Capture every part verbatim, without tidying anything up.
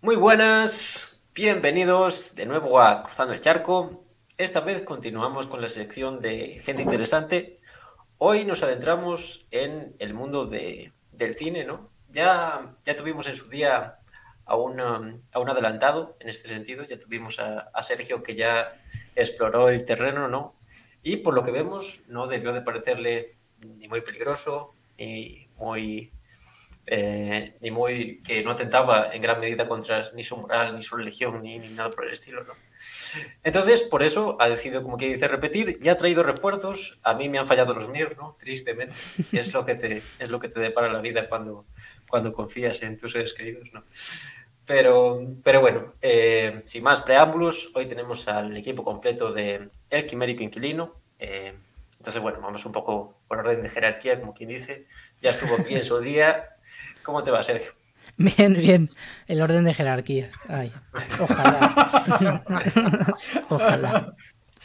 Muy buenas, bienvenidos de nuevo a Cruzando el Charco. Esta vez continuamos con la sección de gente interesante. Hoy nos adentramos en el mundo de, del cine, ¿no? Ya, ya tuvimos en su día a un, um, a un adelantado en este sentido, ya tuvimos a, a Sergio que ya exploró el terreno, ¿no? Y por lo que vemos no debió de parecerle ni muy peligroso, ni muy eh, ni muy que no atentaba en gran medida contra ni su moral, ni su religión, ni, ni nada por el estilo, ¿no? Entonces, por eso ha decidido, como que dice, repetir, ya ha traído refuerzos, a mí me han fallado los míos, ¿no? Tristemente, es lo que te, es lo que te depara la vida cuando, cuando confías en tus seres queridos, ¿no? Pero, pero bueno, eh, sin más preámbulos, hoy tenemos al equipo completo de El Quimérico Inquilino. Eh, entonces, bueno, vamos un poco por orden de jerarquía, como quien dice. Ya estuvo aquí en su día. ¿Cómo te va, Sergio? Bien, bien. El orden de jerarquía. Ay, ojalá. Ojalá.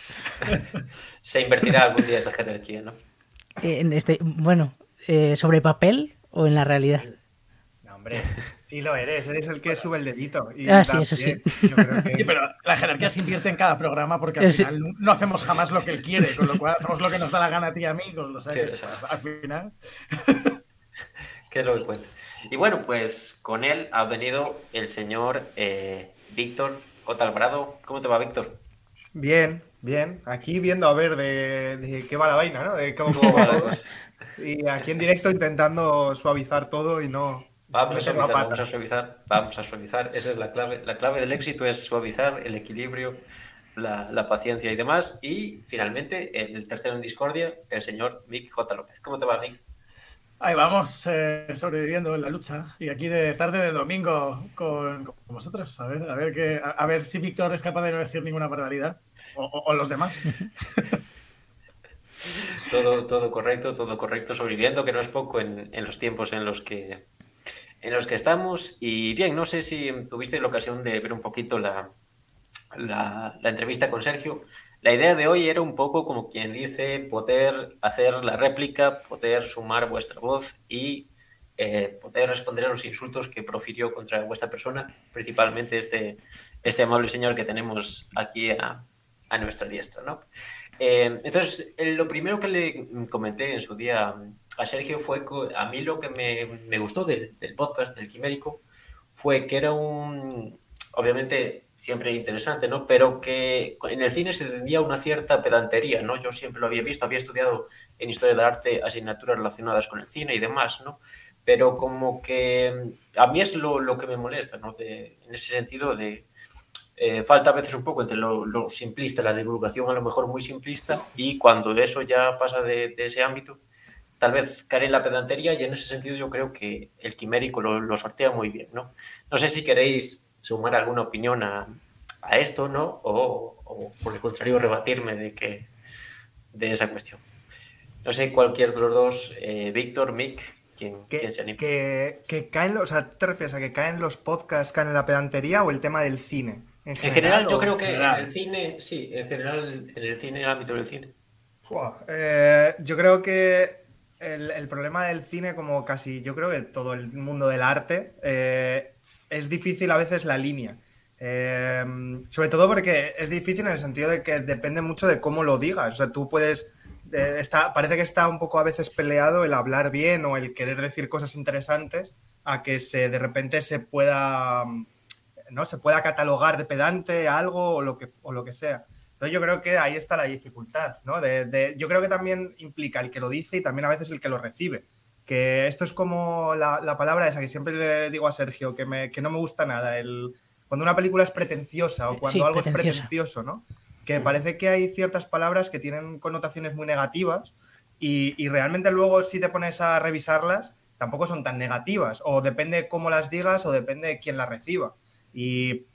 Se invertirá algún día esa jerarquía, ¿no? En este, bueno, eh, ¿sobre papel o en la realidad? No, hombre, sí lo eres, eres el que sube el dedito. Y Ah, sí, eso sí. también, yo creo que... Sí, pero la jerarquía se invierte en cada programa porque al Eh, sí. final no hacemos jamás lo que él quiere, con lo cual hacemos lo que nos da la gana a ti y a mí, con los Sí, años. exacto. Al final. ¿Qué es lo que cuenta? Y bueno, pues con él ha venido el señor eh, Víctor J. Alvarado. ¿Cómo te va, Víctor? Bien, bien. Aquí viendo a ver de, de qué va la vaina, ¿no? De cómo, ¿Cómo va la cosa? Y aquí en directo intentando suavizar todo y no Vamos a meter la suavizar, pata. vamos a suavizar, vamos a suavizar. Esa es la clave. La clave del éxito es suavizar el equilibrio, la, la paciencia y demás. Y finalmente, el tercero en discordia, el señor Mick J. López. ¿Cómo te va, Mick? Ahí vamos, eh, sobreviviendo en la lucha. Y aquí de tarde de domingo con, con vosotros. A ver, a ver, que, a, a ver si Víctor es capaz de no decir ninguna barbaridad. O, o, o los demás. Todo, todo correcto, todo correcto, sobreviviendo, que no es poco en, en los tiempos en los que en los que estamos. Y bien, no sé si tuviste la ocasión de ver un poquito la, la, la entrevista con Sergio. La idea de hoy era un poco como quien dice poder hacer la réplica, poder sumar vuestra voz y eh, poder responder a los insultos que profirió contra vuestra persona, principalmente este, este amable señor que tenemos aquí a, a nuestra diestra, ¿no? Eh, entonces, eh, lo primero que le comenté en su día a Sergio fue que a mí lo que me, me gustó del, del podcast del Quimérico fue que era un, obviamente siempre interesante, ¿no? Pero que en el cine se tendía una cierta pedantería, ¿no? Yo siempre lo había visto, había estudiado en Historia del Arte asignaturas relacionadas con el cine y demás, ¿no? Pero como que a mí es lo, lo que me molesta, ¿no? De, en ese sentido de... Eh, falta a veces un poco entre lo, lo simplista, la divulgación a lo mejor muy simplista, y cuando eso ya pasa de, de ese ámbito, tal vez caer en la pedantería, y en ese sentido yo creo que el Quimérico lo, lo sortea muy bien, ¿no? No sé si queréis sumar alguna opinión a, a esto, ¿no? O, o por el contrario rebatirme de, que, de esa cuestión. No sé, cualquier de los dos, eh, Víctor, Mick, ¿quién, Que, quién se anima? que, que caen, o sea, ¿te refieres a que caen los podcasts, caen en la pedantería o el tema del cine? En En general, general, yo o... creo que general. en el cine, sí, en general, en el cine, en el ámbito del cine. Buah, eh, yo creo que el, el problema del cine, como casi yo creo que todo el mundo del arte, eh, es difícil a veces la línea. Eh, sobre todo porque es difícil en el sentido de que depende mucho de cómo lo digas. O sea, tú puedes... Eh, está, parece que está un poco a veces peleado el hablar bien o el querer decir cosas interesantes a que se, de repente se pueda, ¿no? Se pueda catalogar de pedante algo o lo que, o lo que sea. Entonces yo creo que ahí está la dificultad, ¿no? De, de, yo creo que también implica el que lo dice y también a veces el que lo recibe. Que esto es como la, la palabra esa que siempre le digo a Sergio, que, me, que no me gusta nada. El, cuando una película es pretenciosa o cuando Sí, algo pretenciosa. es pretencioso, ¿no? Que parece que hay ciertas palabras que tienen connotaciones muy negativas y, y realmente luego si te pones a revisarlas tampoco son tan negativas. O depende cómo las digas o depende de quién las reciba. Y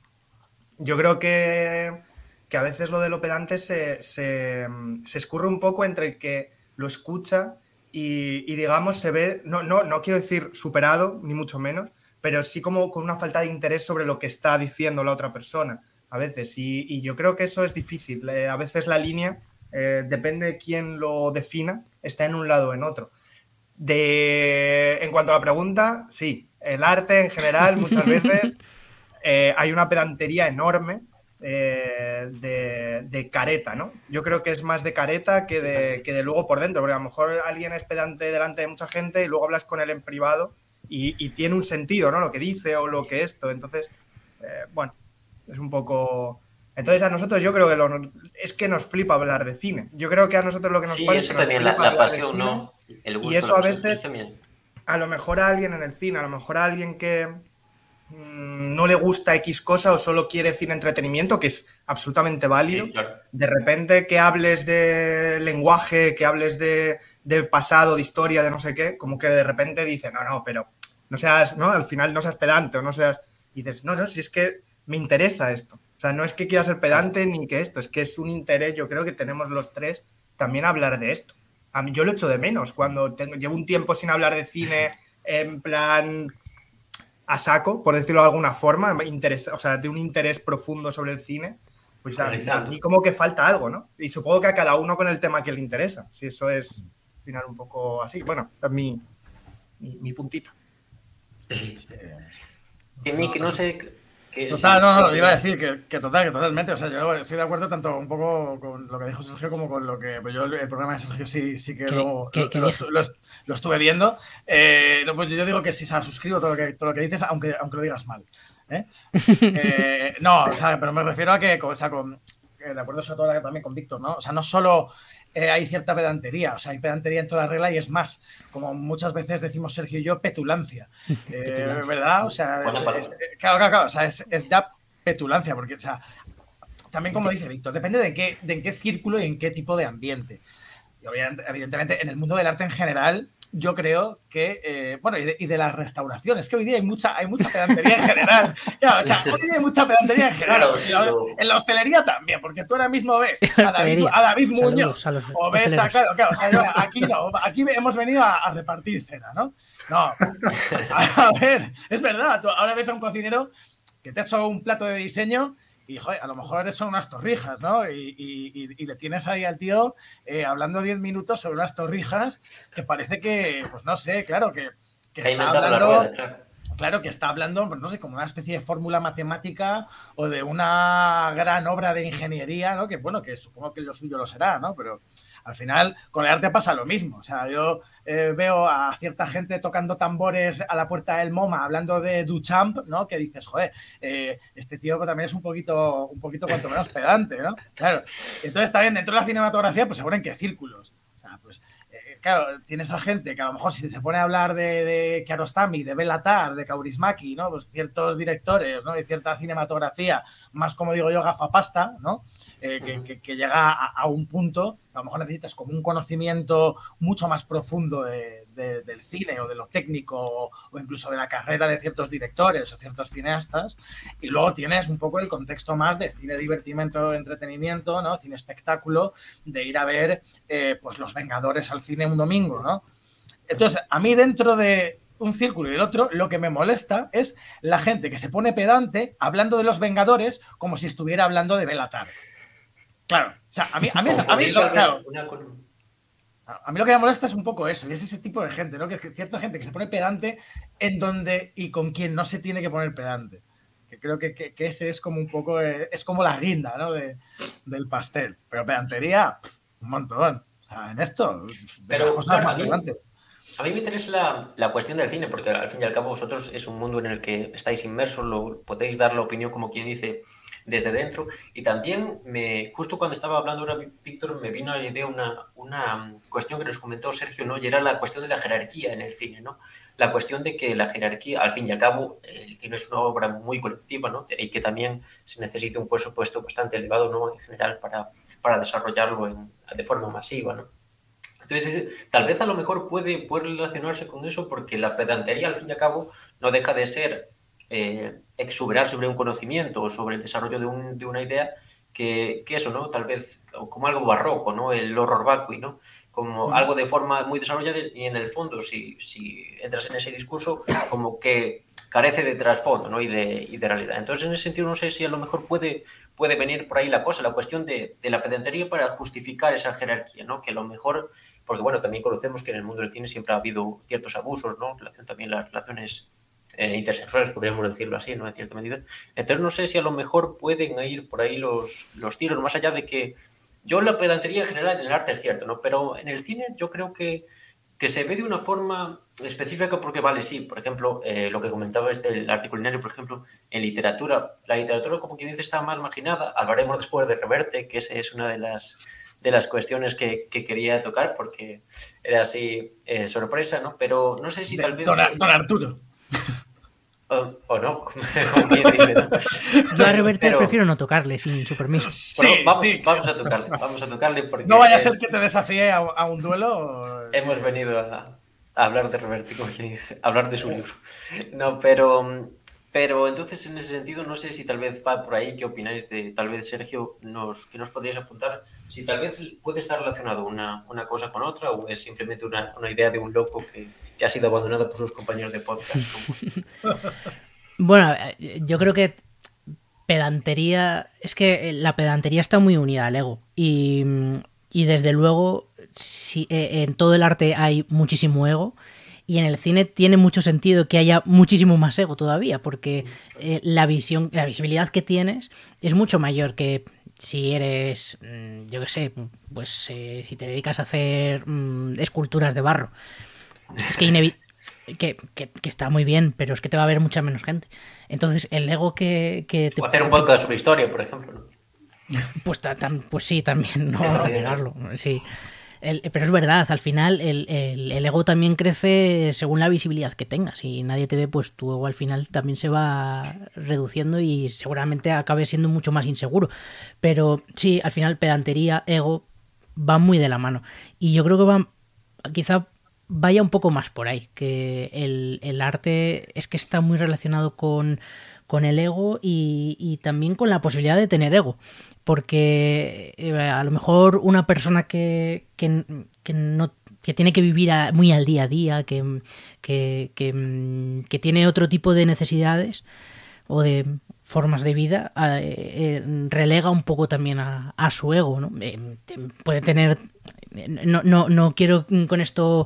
yo creo que que a veces lo de lo pedante se, se, se escurre un poco entre el que lo escucha y, y digamos, se ve, no, no, no quiero decir superado, ni mucho menos, pero sí como con una falta de interés sobre lo que está diciendo la otra persona, a veces. Y, y yo creo que eso es difícil. Eh, a veces la línea, eh, depende de quién lo defina, está en un lado o en otro. De, en cuanto a la pregunta, sí, el arte en general muchas veces... eh, hay una pedantería enorme eh, de, de careta, ¿no? Yo creo que es más de careta que de, que de luego por dentro, porque a lo mejor alguien es pedante delante de mucha gente y luego hablas con él en privado y, y tiene un sentido, ¿no? Lo que dice o lo que esto. Entonces, eh, bueno, es un poco... Entonces a nosotros yo creo que lo, es que nos flipa hablar de cine. Yo creo que a nosotros lo que nos Sí, pasa eso es que nos también, la, flipa la hablar de pasión, cine, ¿no? El gusto, y eso la a pasión, veces, también. a lo mejor a alguien en el cine, a lo mejor a alguien que mmm, no le gusta X cosa o solo quiere cine entretenimiento, que es absolutamente válido, Sí, claro. de repente que hables de lenguaje, que hables de, de pasado, de historia, de no sé qué, como que de repente dice, no, no, pero no seas, ¿no? Al final no seas pedante o no seas... Y dices, no, no, si es que me interesa esto. O sea, no es que quiera ser pedante ni que esto, es que es un interés, yo creo que tenemos los tres también a hablar de esto. A mí yo lo echo de menos cuando tengo, llevo un tiempo sin hablar de cine en plan a saco, por decirlo de alguna forma, interés, o sea, de un interés profundo sobre el cine, pues a, a mí como que falta algo, ¿no? Y supongo que a cada uno con el tema que le interesa, si eso es al final un poco así. Bueno, es mi, mi, mi puntito. Sí. Y Nick, no sé... Que, Total, sí, no, no, iba a decir que, que total, que totalmente. O sea, yo estoy de acuerdo tanto un poco con lo que dijo Sergio como con lo que pues yo el programa de Sergio sí, sí que ¿Qué, luego qué, lo, qué lo, estu, lo, lo estuve viendo. Eh, pues yo digo que sí, o sea, suscribo todo lo que, todo lo que dices, aunque, aunque lo digas mal. ¿eh? Eh, no, o sea, pero me refiero a que, o sea, con, de acuerdo sobre todo también con Víctor, ¿no? O sea, no solo eh, hay cierta pedantería, o sea, hay pedantería en toda regla y es más, como muchas veces decimos Sergio y yo, petulancia. Eh, petulancia. ¿Verdad? O sea, es, es, claro, claro, claro, o sea, es, es ya petulancia, porque, o sea, también como dice Víctor, depende de, qué, de en qué círculo y en qué tipo de ambiente. Y evidentemente, en el mundo del arte en general, yo creo que, eh, bueno, y de, y de la restauración, es que hoy día hay mucha, hay mucha pedantería en general. Claro, o sea, hoy día hay mucha pedantería en general. Claro, sí, lo... En la hostelería también, porque tú ahora mismo ves a David, a David Muñoz, a los o ves a, claro, claro, o sea, yo, aquí no, aquí hemos venido a, a repartir cena, ¿no? No, a ver, es verdad, tú ahora ves a un cocinero que te ha hecho un plato de diseño y, joder, a lo mejor son unas torrijas, ¿no? Y, y, y le tienes ahí al tío eh, hablando diez minutos sobre unas torrijas que parece que, pues no sé, claro, que, que está hablando... Rueda, claro. claro, que está hablando, pues no sé, como una especie de fórmula matemática o de una gran obra de ingeniería, ¿no? Que, bueno, que supongo que lo suyo lo será, ¿no? Pero al final con el arte pasa lo mismo. O sea, yo eh, veo a cierta gente tocando tambores a la puerta del MoMA hablando de Duchamp, ¿no? Que dices, joder, eh, este tío también es un poquito, un poquito cuanto menos pedante, ¿no? Claro. Entonces también dentro de la cinematografía, pues seguro en qué círculos. O sea, pues eh, claro, tienes a gente que a lo mejor si se pone a hablar de, de Kiarostami, de Béla Tarr, de Kaurismäki, ¿no? Pues ciertos directores, ¿no? Y cierta cinematografía más, como digo yo, gafapasta, ¿no? Eh, que, que, que llega a, a un punto, a lo mejor necesitas como un conocimiento mucho más profundo de, de, del cine o de lo técnico o, o incluso de la carrera de ciertos directores o ciertos cineastas, y luego tienes un poco el contexto más de cine divertimento, entretenimiento, ¿no? Cine espectáculo, de ir a ver eh, pues Los Vengadores al cine un domingo, ¿no? Entonces, a mí dentro de un círculo y el otro, lo que me molesta es la gente que se pone pedante hablando de Los Vengadores como si estuviera hablando de Béla Tarr. Claro, o sea, a mí, a mí, a mí, lo, claro, a mí lo que me molesta es un poco eso, y es ese tipo de gente, ¿no? Que es cierta gente que se pone pedante en donde y con quien no se tiene que poner pedante. Que creo que, que, que ese es como un poco, eh, es como la guinda, ¿no? De, del pastel. Pero pedantería, un montón. O sea, en esto, de Pero, las cosas claro, más a mí, pedantes. A mí me interesa la, la cuestión del cine, porque al fin y al cabo vosotros es un mundo en el que estáis inmersos, lo, podéis dar la opinión, como quien dice, desde dentro. Y también, me, justo cuando estaba hablando ahora Víctor, me vino a la idea una, una cuestión que nos comentó Sergio, ¿no? Y era la cuestión de la jerarquía en el cine, ¿no? La cuestión de que la jerarquía, al fin y al cabo, el cine es una obra muy colectiva, ¿no? Y que también se necesita un presupuesto bastante elevado, ¿no? En general, para, para desarrollarlo en, de forma masiva, ¿no? Entonces, tal vez a lo mejor puede, puede relacionarse con eso porque la pedantería, al fin y al cabo, no deja de ser eh, exuberar sobre un conocimiento o sobre el desarrollo de, un, de una idea que, que eso, ¿no? Tal vez como algo barroco, ¿no? El horror vacui, ¿no? Como uh-huh. algo de forma muy desarrollada y en el fondo, si, si entras en ese discurso, como que carece de trasfondo, ¿no? y, de, y de realidad. Entonces, en ese sentido, no sé si a lo mejor puede, puede venir por ahí la cosa, la cuestión de, de la pedantería para justificar esa jerarquía, ¿no? Que a lo mejor, porque bueno, también conocemos que en el mundo del cine siempre ha habido ciertos abusos, ¿no? En relación también a las relaciones eh, intersexuales, podríamos decirlo así, ¿no? En cierta medida. Entonces no sé si a lo mejor pueden ir por ahí los, los tiros, más allá de que yo la pedantería en general en el arte es cierto, ¿no? Pero en el cine yo creo que, que se ve de una forma específica porque, vale, sí, por ejemplo, eh, lo que comentabas del arte culinario, por ejemplo, en literatura, la literatura, como quien dice, está más marginada. Hablaremos después de Reverte, que esa es una de las, de las cuestiones que, que quería tocar porque era así eh, sorpresa, ¿no? Pero no sé si De tal vez... Don, Don Arturo. O, o no, como quien dice, ¿no? Yo a Reverte Pero, prefiero no tocarle sin su permiso. Sí, bueno, vamos, sí. vamos a tocarle, vamos a tocarle porque No vaya a ser es- que te desafíe a, a un duelo. hemos venido a, a hablar de Reverte, como quien dice, a hablar de su libro. No, pero, pero entonces en ese sentido no sé si tal vez va por ahí, ¿qué opináis de tal vez, Sergio, nos, que nos podríais apuntar? Si tal vez puede estar relacionado una, una cosa con otra o es simplemente una, una idea de un loco que, que ha sido abandonado por sus compañeros de podcast. Como... Bueno, eh, yo creo que pedantería, es que la pedantería está muy unida al ego y, y desde luego si, eh, en todo el arte hay muchísimo ego y en el cine tiene mucho sentido que haya muchísimo más ego todavía porque eh, la visión, la visibilidad que tienes es mucho mayor que si eres, yo qué sé, pues eh, si te dedicas a hacer mm, esculturas de barro. Es que inevi- Que, que, que está muy bien, pero es que te va a ver mucha menos gente. Entonces, el ego que, que te... O hacer un podcast sobre historia, por ejemplo, ¿no? Pues, ta, tam, pues sí, también, no vamos a negarlo. Sí. El, pero es verdad, al final el, el, el ego también crece según la visibilidad que tengas. Si nadie te ve, pues tu ego al final también se va reduciendo y seguramente acabe siendo mucho más inseguro. Pero sí, al final pedantería, ego, van muy de la mano. Y yo creo que van quizá vaya un poco más por ahí, que el, el arte es que está muy relacionado con, con el ego y, y también con la posibilidad de tener ego, porque eh, a lo mejor una persona que, que, que no que tiene que vivir a, muy al día a día, que, que, que, que tiene otro tipo de necesidades o de formas de vida, eh, eh, relega un poco también a, a su ego, ¿no? Eh, puede tener... No, no, no quiero con esto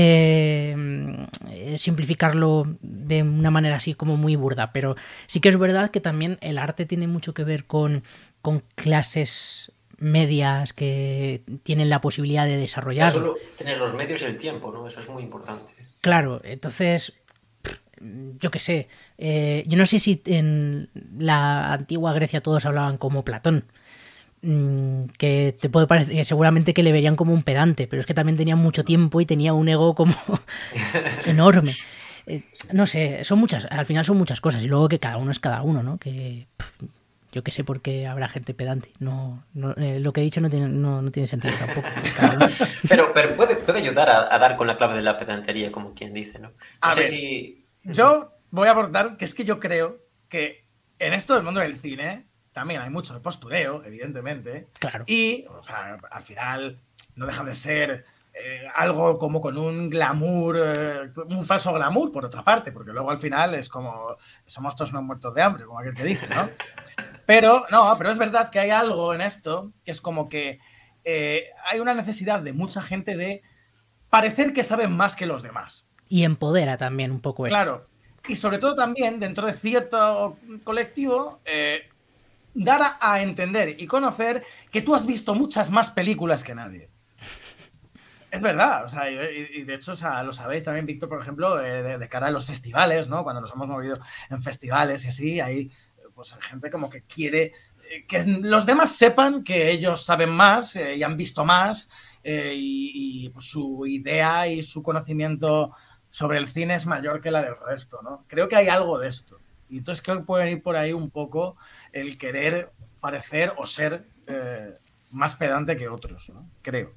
eh, simplificarlo de una manera así como muy burda, pero sí que es verdad que también el arte tiene mucho que ver con, con clases medias que tienen la posibilidad de desarrollar. Solo tener los medios y el tiempo, ¿no? Eso es muy importante. Claro, entonces... yo qué sé, eh, yo no sé si en la antigua Grecia todos hablaban como Platón, mmm, que te puede parecer que seguramente que le verían como un pedante, pero es que también tenía mucho tiempo y tenía un ego como enorme. Eh, no sé, son muchas, al final son muchas cosas y luego que cada uno es cada uno, ¿no? Que pff, yo qué sé por qué habrá gente pedante. No, no eh, lo que he dicho no tiene, no, no tiene sentido tampoco. pero pero puede, puede ayudar a, a dar con la clave de la pedantería, como quien dice, ¿no? No a sé ver, si... Yo voy a aportar que es que yo creo que en esto del mundo del cine también hay mucho de postureo, evidentemente. Claro. Y, o sea, al final no deja de ser eh, algo como con un glamour, eh, un falso glamour, por otra parte, porque luego al final es como somos todos unos muertos de hambre, como aquel que dice, ¿no? Pero, no, pero es verdad que hay algo en esto que es como que eh, hay una necesidad de mucha gente de parecer que saben más que los demás. Y empodera también un poco esto. Claro, y sobre todo también dentro de cierto colectivo, eh, dar a, a entender y conocer que tú has visto muchas más películas que nadie. Es verdad, o sea, y, y de hecho, o sea, lo sabéis también, Víctor, por ejemplo, eh, de, de cara a los festivales, ¿no? Cuando nos hemos movido en festivales y así, hay pues gente como que quiere eh, que los demás sepan que ellos saben más eh, y han visto más eh, y, y pues, su idea y su conocimiento sobre el cine es mayor que la del resto, ¿no? Creo que hay algo de esto. Y entonces creo que puede ir por ahí un poco el querer parecer o ser eh, más pedante que otros, ¿no? Creo.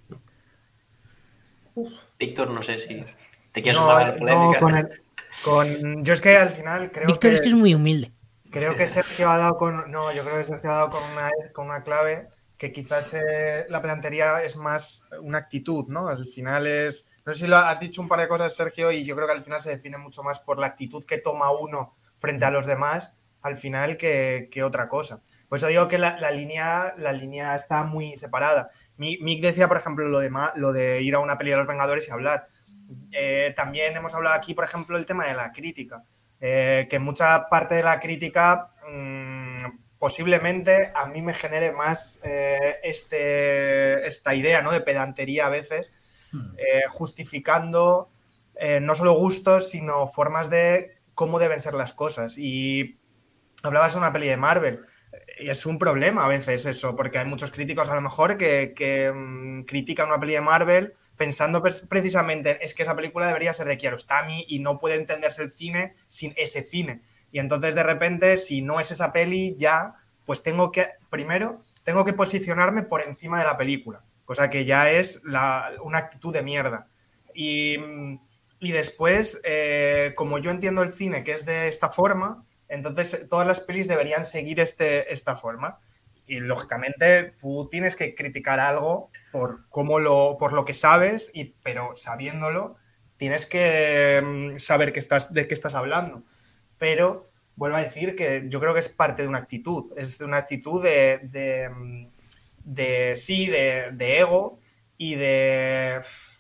Uf. Víctor, no sé si te quieres no, sumar a la polémica. No, con el, con... Yo es que al final creo Víctor que... es que es muy humilde. Creo que Sergio ha dado con... No, yo creo que Sergio ha dado con una, con una clave que quizás eh, la pedantería es más una actitud, ¿no? Al final es... No sé si lo has dicho un par de cosas, Sergio, y yo creo que al final se define mucho más por la actitud que toma uno frente a los demás, al final, que, que otra cosa. Por eso digo que la, la, línea, la línea está muy separada. Mick decía, por ejemplo, lo de, lo de ir a una peli de los Vengadores y hablar. Eh, también hemos hablado aquí, por ejemplo, el tema de la crítica. Eh, que mucha parte de la crítica mmm, posiblemente a mí me genere más eh, este, esta idea, ¿no?, de pedantería a veces, eh, justificando eh, no solo gustos, sino formas de cómo deben ser las cosas. Y hablabas de una peli de Marvel, y es un problema a veces eso, porque hay muchos críticos a lo mejor que, que mmm, critican una peli de Marvel pensando precisamente es que esa película debería ser de Kiarostami y no puede entenderse el cine sin ese cine. Y entonces de repente, si no es esa peli, ya, pues tengo que, primero, tengo que posicionarme por encima de la película, cosa que ya es la, una actitud de mierda. Y, y después, eh, como yo entiendo el cine que es de esta forma, entonces todas las pelis deberían seguir este, esta forma. Y lógicamente tú tienes que criticar algo por cómo lo, por lo que sabes, y, pero sabiéndolo tienes que saber que estás, de qué estás hablando. Pero vuelvo a decir que yo creo que es parte de una actitud, es de una actitud de, de, de sí, de, de ego y de,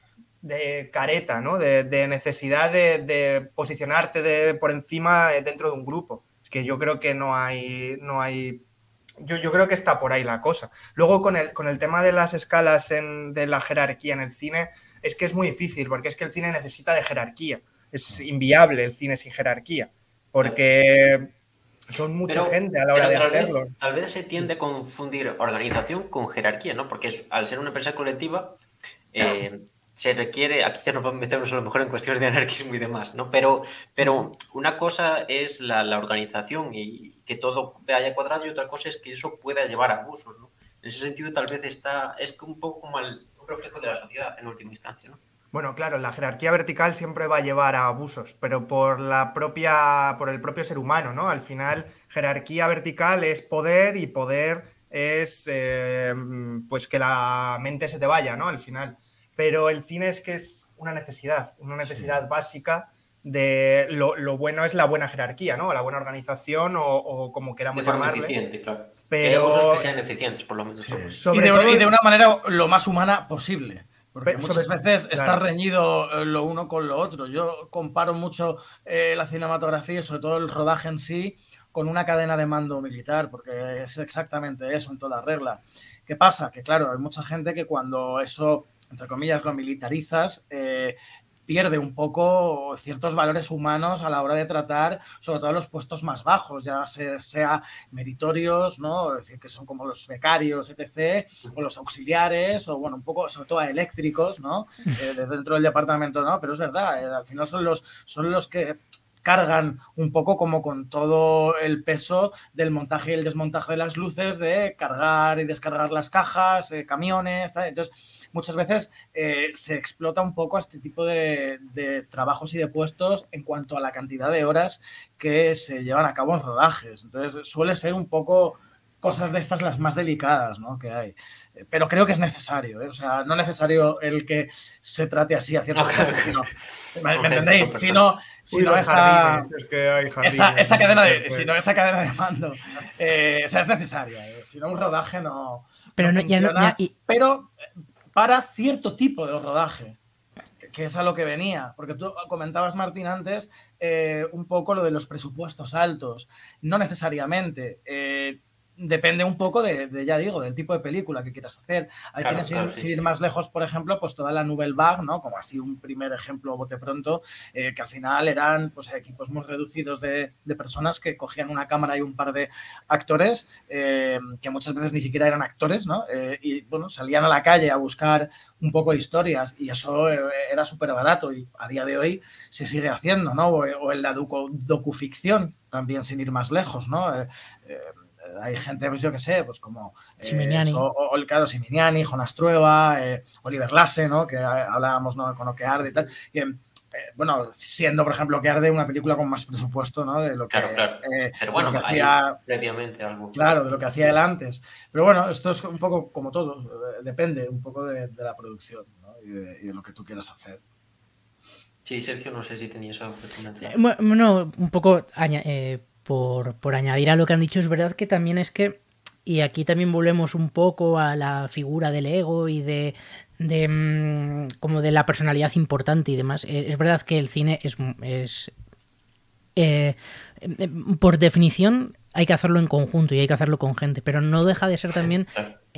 de careta, ¿no? De, de necesidad de, de posicionarte de, por encima dentro de un grupo. Es que yo creo que no hay... No hay Yo, yo creo que está por ahí la cosa. Luego, con el, con el tema de las escalas en, de la jerarquía en el cine, es que es muy difícil, porque es que el cine necesita de jerarquía. Es inviable el cine sin jerarquía, porque son mucha pero, gente a la hora de tal hacerlo. Vez, tal vez se tiende a confundir organización con jerarquía, ¿no? Porque es, al ser una empresa colectiva, eh, se requiere, aquí ya nos metemos a lo mejor en cuestiones de anarquismo y demás, ¿no? Pero, pero una cosa es la, la organización y que todo vaya cuadrado, y otra cosa es que eso pueda llevar a abusos, ¿no? En ese sentido, tal vez está, es un poco como el, un reflejo de la sociedad en última instancia, ¿no? Bueno, claro, la jerarquía vertical siempre va a llevar a abusos, pero por la propia, por el propio ser humano, ¿no? Al final, jerarquía vertical es poder, y poder es eh, pues que la mente se te vaya, ¿no? Al final. Pero el cine es que es una necesidad, una necesidad sí. básica de lo, lo bueno es la buena jerarquía, ¿no? La buena organización, o, o como queramos de forma llamarle. Eficiente, claro. Pero... Que hay abusos que sean eficientes, por lo menos. Sí. Sobre y, de, todo... y de una manera lo más humana posible. Porque Pero, muchas sobre... veces claro. está reñido lo uno con lo otro. Yo comparo mucho eh, la cinematografía y sobre todo el rodaje en sí con una cadena de mando militar, porque es exactamente eso en toda regla. ¿Qué pasa? Que claro, hay mucha gente que cuando eso, entre comillas, lo militarizas, eh, pierde un poco ciertos valores humanos a la hora de tratar, sobre todo los puestos más bajos, ya sea, sea meritorios, ¿no? Es decir, que son como los becarios, etcétera, o los auxiliares, o bueno, un poco, sobre todo a eléctricos, ¿no? Eh, de dentro del departamento, ¿no? Pero es verdad, eh, al final son los, son los que cargan un poco como con todo el peso del montaje y el desmontaje de las luces, de cargar y descargar las cajas, eh, camiones, ¿tal? Entonces, muchas veces eh, se explota un poco a este tipo de, de trabajos y de puestos en cuanto a la cantidad de horas que se llevan a cabo en rodajes. Entonces, suele ser un poco cosas de estas las más delicadas, ¿no?, que hay. Pero creo que es necesario, ¿eh? O sea, no necesario el que se trate así a ciertos casos, sino, ¿me, ¿me entendéis? Si no, si no esa, es que hay jardines, esa, esa cadena de, si no esa cadena de mando, eh, o sea, es necesaria. ¿eh? Si no, un rodaje no, pero no no, funciona, ya no, ya, y... pero para cierto tipo de rodaje, que es a lo que venía, porque tú comentabas, Martín, antes eh, un poco lo de los presupuestos altos. No necesariamente. Eh, depende un poco de, de, ya digo, del tipo de película que quieras hacer. Ahí claro, tienes, claro, sin, sí, sin sí. ir más lejos, por ejemplo, pues toda la Nouvelle Vague, ¿no? Como así un primer ejemplo bote pronto, eh, que al final eran pues equipos muy reducidos de, de personas que cogían una cámara y un par de actores, eh, que muchas veces ni siquiera eran actores, ¿no? Eh, y, bueno, salían a la calle a buscar un poco de historias, y eso eh, era súper barato, y a día de hoy se sigue haciendo, ¿no? O, o en la docu, docuficción, también sin ir más lejos, ¿no? Eh, eh, hay gente, pues yo qué sé, pues como eh, o, o, claro, Siminiani, Jonas Trueba, eh, Oliver Lasse, ¿no? Que hablábamos, ¿no?, con Lo que arde y tal, que, eh, bueno, siendo, por ejemplo, Lo que arde una película con más presupuesto, ¿no? De lo que, claro, claro. Eh, pero bueno, de lo que hacía previamente algo. Claro, de lo que hacía él antes. Pero bueno, esto es un poco como todo, eh, depende un poco de, de la producción, ¿no? y, de, y de lo que tú quieras hacer. Sí, Sergio, no sé si tenías algo que comentar. Bueno, un poco eh, por, por añadir a lo que han dicho, es verdad que también es que, y aquí también volvemos un poco a la figura del ego y de, de como de la personalidad importante y demás. Es verdad que el cine es, es eh, por definición hay que hacerlo en conjunto y hay que hacerlo con gente, pero no deja de ser también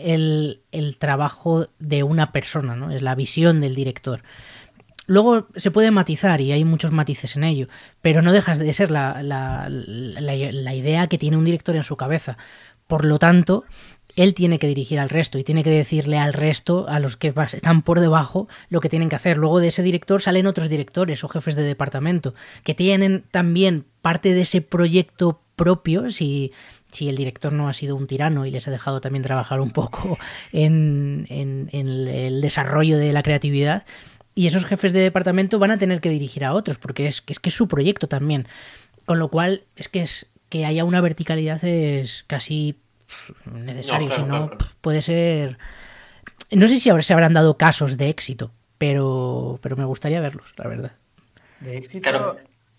el, el trabajo de una persona, ¿no? Es la visión del director. Luego se puede matizar y hay muchos matices en ello, pero no dejas de ser la, la, la, la idea que tiene un director en su cabeza. Por lo tanto, él tiene que dirigir al resto y tiene que decirle al resto, a los que están por debajo, lo que tienen que hacer. Luego de ese director salen otros directores o jefes de departamento que tienen también parte de ese proyecto propio, si, si el director no ha sido un tirano y les ha dejado también trabajar un poco en, en, en el desarrollo de la creatividad. Y esos jefes de departamento van a tener que dirigir a otros, porque es que es, que es su proyecto también. Con lo cual, es que es que haya una verticalidad es casi necesario, no, claro, si no claro, claro. puede ser... No sé si ahora se habrán dado casos de éxito, pero, pero me gustaría verlos, la verdad. ¿De éxito? Claro.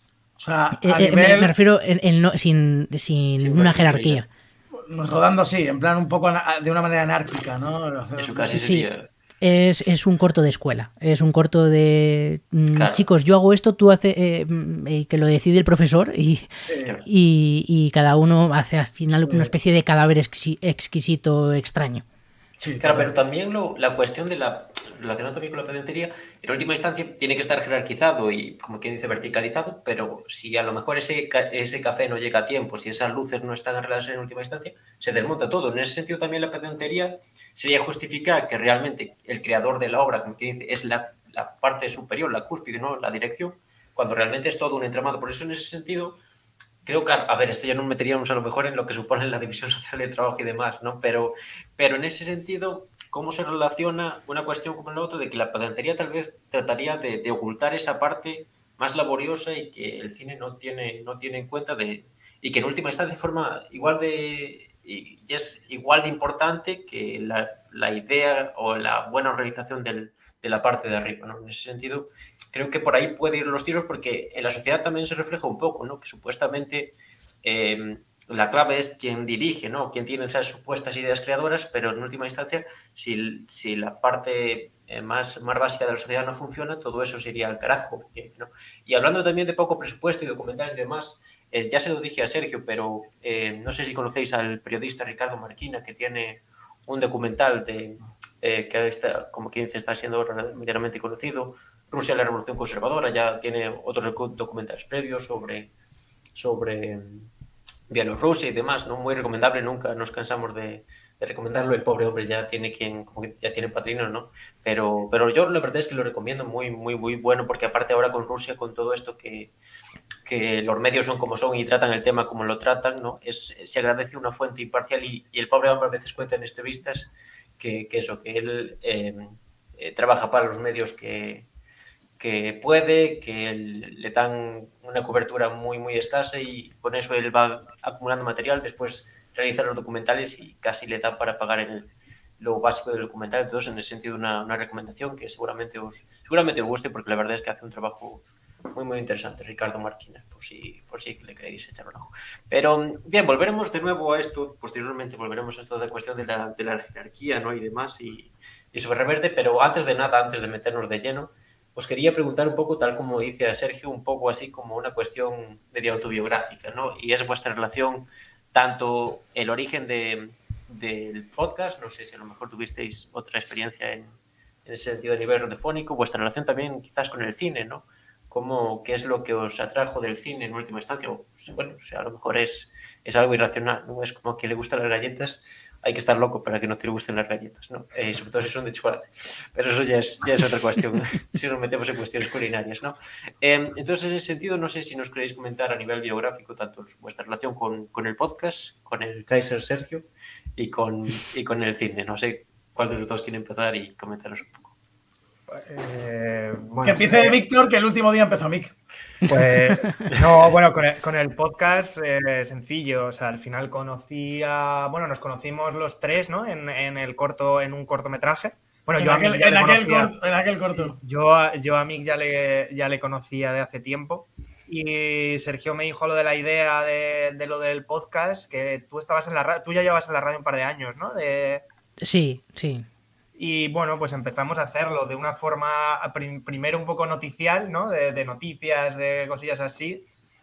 O sea, eh, a eh, nivel... me, me refiero en, en no, sin, sin sí, una jerarquía. Rodando así, en plan un poco de una manera anárquica, ¿no? Eso casi sí. sería... Es, es un corto de escuela, es un corto de claro. chicos, yo hago esto, tú haces eh, eh, que lo decide el profesor y, sí, claro. y, y cada uno hace al final una especie de cadáver exquisito extraño. Sí, claro, pero también lo, la cuestión de la relacionado también con la pedantería, en última instancia tiene que estar jerarquizado y, como quien dice, verticalizado, pero si a lo mejor ese, ese café no llega a tiempo, si esas luces no están arregladas en última instancia, se desmonta todo. En ese sentido también la pedantería sería justificar que realmente el creador de la obra, como quien dice, es la, la parte superior, la cúspide, ¿no? La dirección, cuando realmente es todo un entramado. Por eso, en ese sentido, creo que, a ver, esto ya no meteríamos a lo mejor en lo que supone la división social de trabajo y demás, ¿no? Pero, pero en ese sentido, ¿cómo se relaciona una cuestión como la otra de que la pedantería tal vez trataría de, de ocultar esa parte más laboriosa y que el cine no tiene, no tiene en cuenta de, y que en última instancia forma igual de, y, y es igual de importante que la, la idea o la buena organización del, de la parte de arriba, ¿no? En ese sentido, creo que por ahí puede ir los tiros porque en la sociedad también se refleja un poco, ¿no? Que supuestamente eh, la clave es quien dirige, ¿no? Quien tiene esas supuestas ideas creadoras, pero en última instancia, si, si la parte eh, más, más básica de la sociedad no funciona, todo eso se iría al carajo, ¿no? Y hablando también de poco presupuesto y documentales y demás, eh, ya se lo dije a Sergio, pero eh, no sé si conocéis al periodista Ricardo Marquina, que tiene un documental de, eh, que está, como quien dice, está siendo medianamente conocido, Rusia, la revolución conservadora. Ya tiene otros documentales previos sobre, sobre Bielorrusia y demás, ¿no? Muy recomendable, nunca nos cansamos de, de recomendarlo. El pobre hombre ya tiene quien, como que ya tiene padrinos, ¿no? Pero, pero yo la verdad es que lo recomiendo muy, muy, muy bueno, porque aparte ahora con Rusia, con todo esto que, que los medios son como son y tratan el tema como lo tratan, ¿no? Es, se agradece una fuente imparcial y, y el pobre hombre a veces cuenta en entrevistas que, que eso, que él eh, eh, trabaja para los medios que que puede, que le dan una cobertura muy, muy escasa y con eso él va acumulando material, después realiza los documentales y casi le da para pagar el, lo básico del documental. Entonces, en ese sentido, una, una recomendación que seguramente os, seguramente os guste, porque la verdad es que hace un trabajo muy, muy interesante, Ricardo Marquina, por si, por si le queréis echar un ojo. Pero, bien, volveremos de nuevo a esto, posteriormente volveremos a esto de la cuestión de la, de la jerarquía, ¿no? Y demás, y, y sobre Reverde, pero antes de nada, antes de meternos de lleno, os quería preguntar un poco, tal como dice a Sergio, un poco así como una cuestión medio autobiográfica, ¿no? Y es vuestra relación, tanto el origen de, del podcast, no sé si a lo mejor tuvisteis otra experiencia en, en ese sentido a nivel radiofónico, vuestra relación también quizás con el cine, ¿no? Cómo, ¿qué es lo que os atrajo del cine en última instancia? O, bueno, o sea, a lo mejor es, es algo irracional, ¿no? Es como que le gustan las galletas, hay que estar loco para que no te gusten las galletas, ¿no? Eh, sobre todo si son de chocolate. Pero eso ya es, ya es otra cuestión, si nos metemos en cuestiones culinarias, ¿no? Eh, entonces, en ese sentido, no sé si nos queréis comentar a nivel biográfico tanto vuestra relación con, con el podcast, con el Kaiser Sergio y con, y con el cine. No sé cuál de los dos quiere empezar y comentaros un poco. Eh, bueno, que empiece eh, Víctor, que el último día empezó Mick. Pues no, bueno, con el, con el podcast eh, sencillo, o sea, al final conocí a, bueno, nos conocimos los tres, ¿no? En, en el corto, en un cortometraje. Bueno, en yo aquel, a Mick ya en, le aquel conocía, corto, en aquel corto. Yo, a- yo a Mick ya le, ya le conocía de hace tiempo y Sergio me dijo lo de la idea de, de lo del podcast, que tú estabas en la radio, tú ya llevas en la radio un par de años, ¿no? De, Sí, sí. y bueno, pues empezamos a hacerlo de una forma prim- primero un poco noticial, ¿no? De, de noticias, de cosillas así.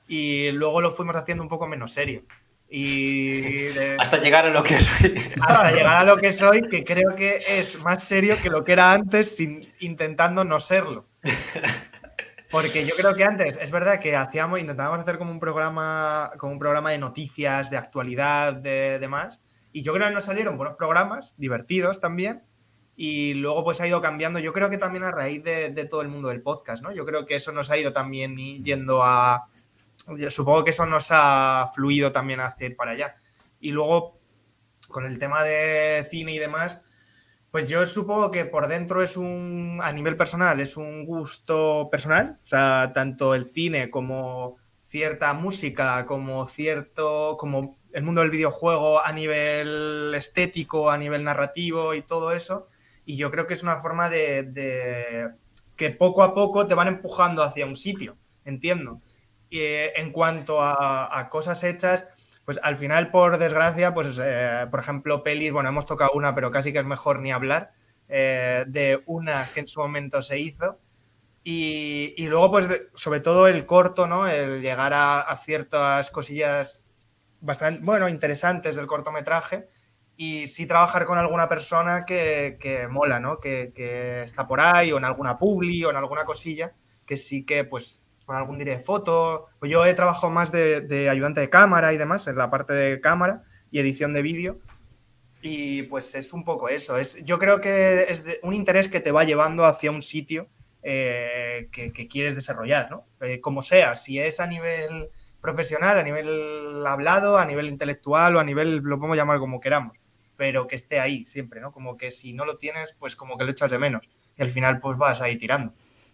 y luego lo fuimos haciendo un poco menos serio. Y de... hasta llegar a lo que soy. Hasta llegar a lo que soy, que creo que es más serio que lo que era antes, sin, intentando no serlo. Porque yo creo que antes, es verdad que hacíamos, intentábamos hacer como un programa, como un programa de noticias, de actualidad, de demás. Y yo creo que nos salieron buenos programas, divertidos también. Y luego pues ha ido cambiando. Yo creo que también a raíz de, de todo el mundo del podcast, ¿no? Yo creo que eso nos ha ido también yendo a... Yo supongo que eso nos ha fluido también hacia ir para allá. Y luego, con el tema de cine y demás, pues yo supongo que por dentro es un, a nivel personal, es un gusto personal. O sea, tanto el cine como cierta música, como cierto, como el mundo del videojuego a nivel estético, a nivel narrativo y todo eso. Y yo creo que es una forma de, de que poco a poco te van empujando hacia un sitio, entiendo. Y en cuanto a, a cosas hechas, pues al final, por desgracia, pues eh, por ejemplo, pelis, bueno, hemos tocado una, pero casi que es mejor ni hablar, eh, de una que en su momento se hizo. Y, y luego, pues, de, sobre todo el corto, ¿no? El llegar a, a ciertas cosillas bastante, bueno, interesantes del cortometraje. Y sí trabajar con alguna persona que, que mola, ¿no? Que, que está por ahí, o en alguna publi, o en alguna cosilla, que sí que, pues, con algún directo de foto. Pues yo he trabajado más de, de ayudante de cámara y demás, en la parte de cámara y edición de vídeo. Y pues es un poco eso. Es, yo creo que es de, un interés que te va llevando hacia un sitio eh, que, que quieres desarrollar, ¿no? Eh, como sea, si es a nivel profesional, a nivel hablado, a nivel intelectual o a nivel, lo podemos llamar como queramos, pero que esté ahí siempre, ¿no? Como que si no lo tienes, pues como que lo echas de menos. Y al final pues vas ahí tirando.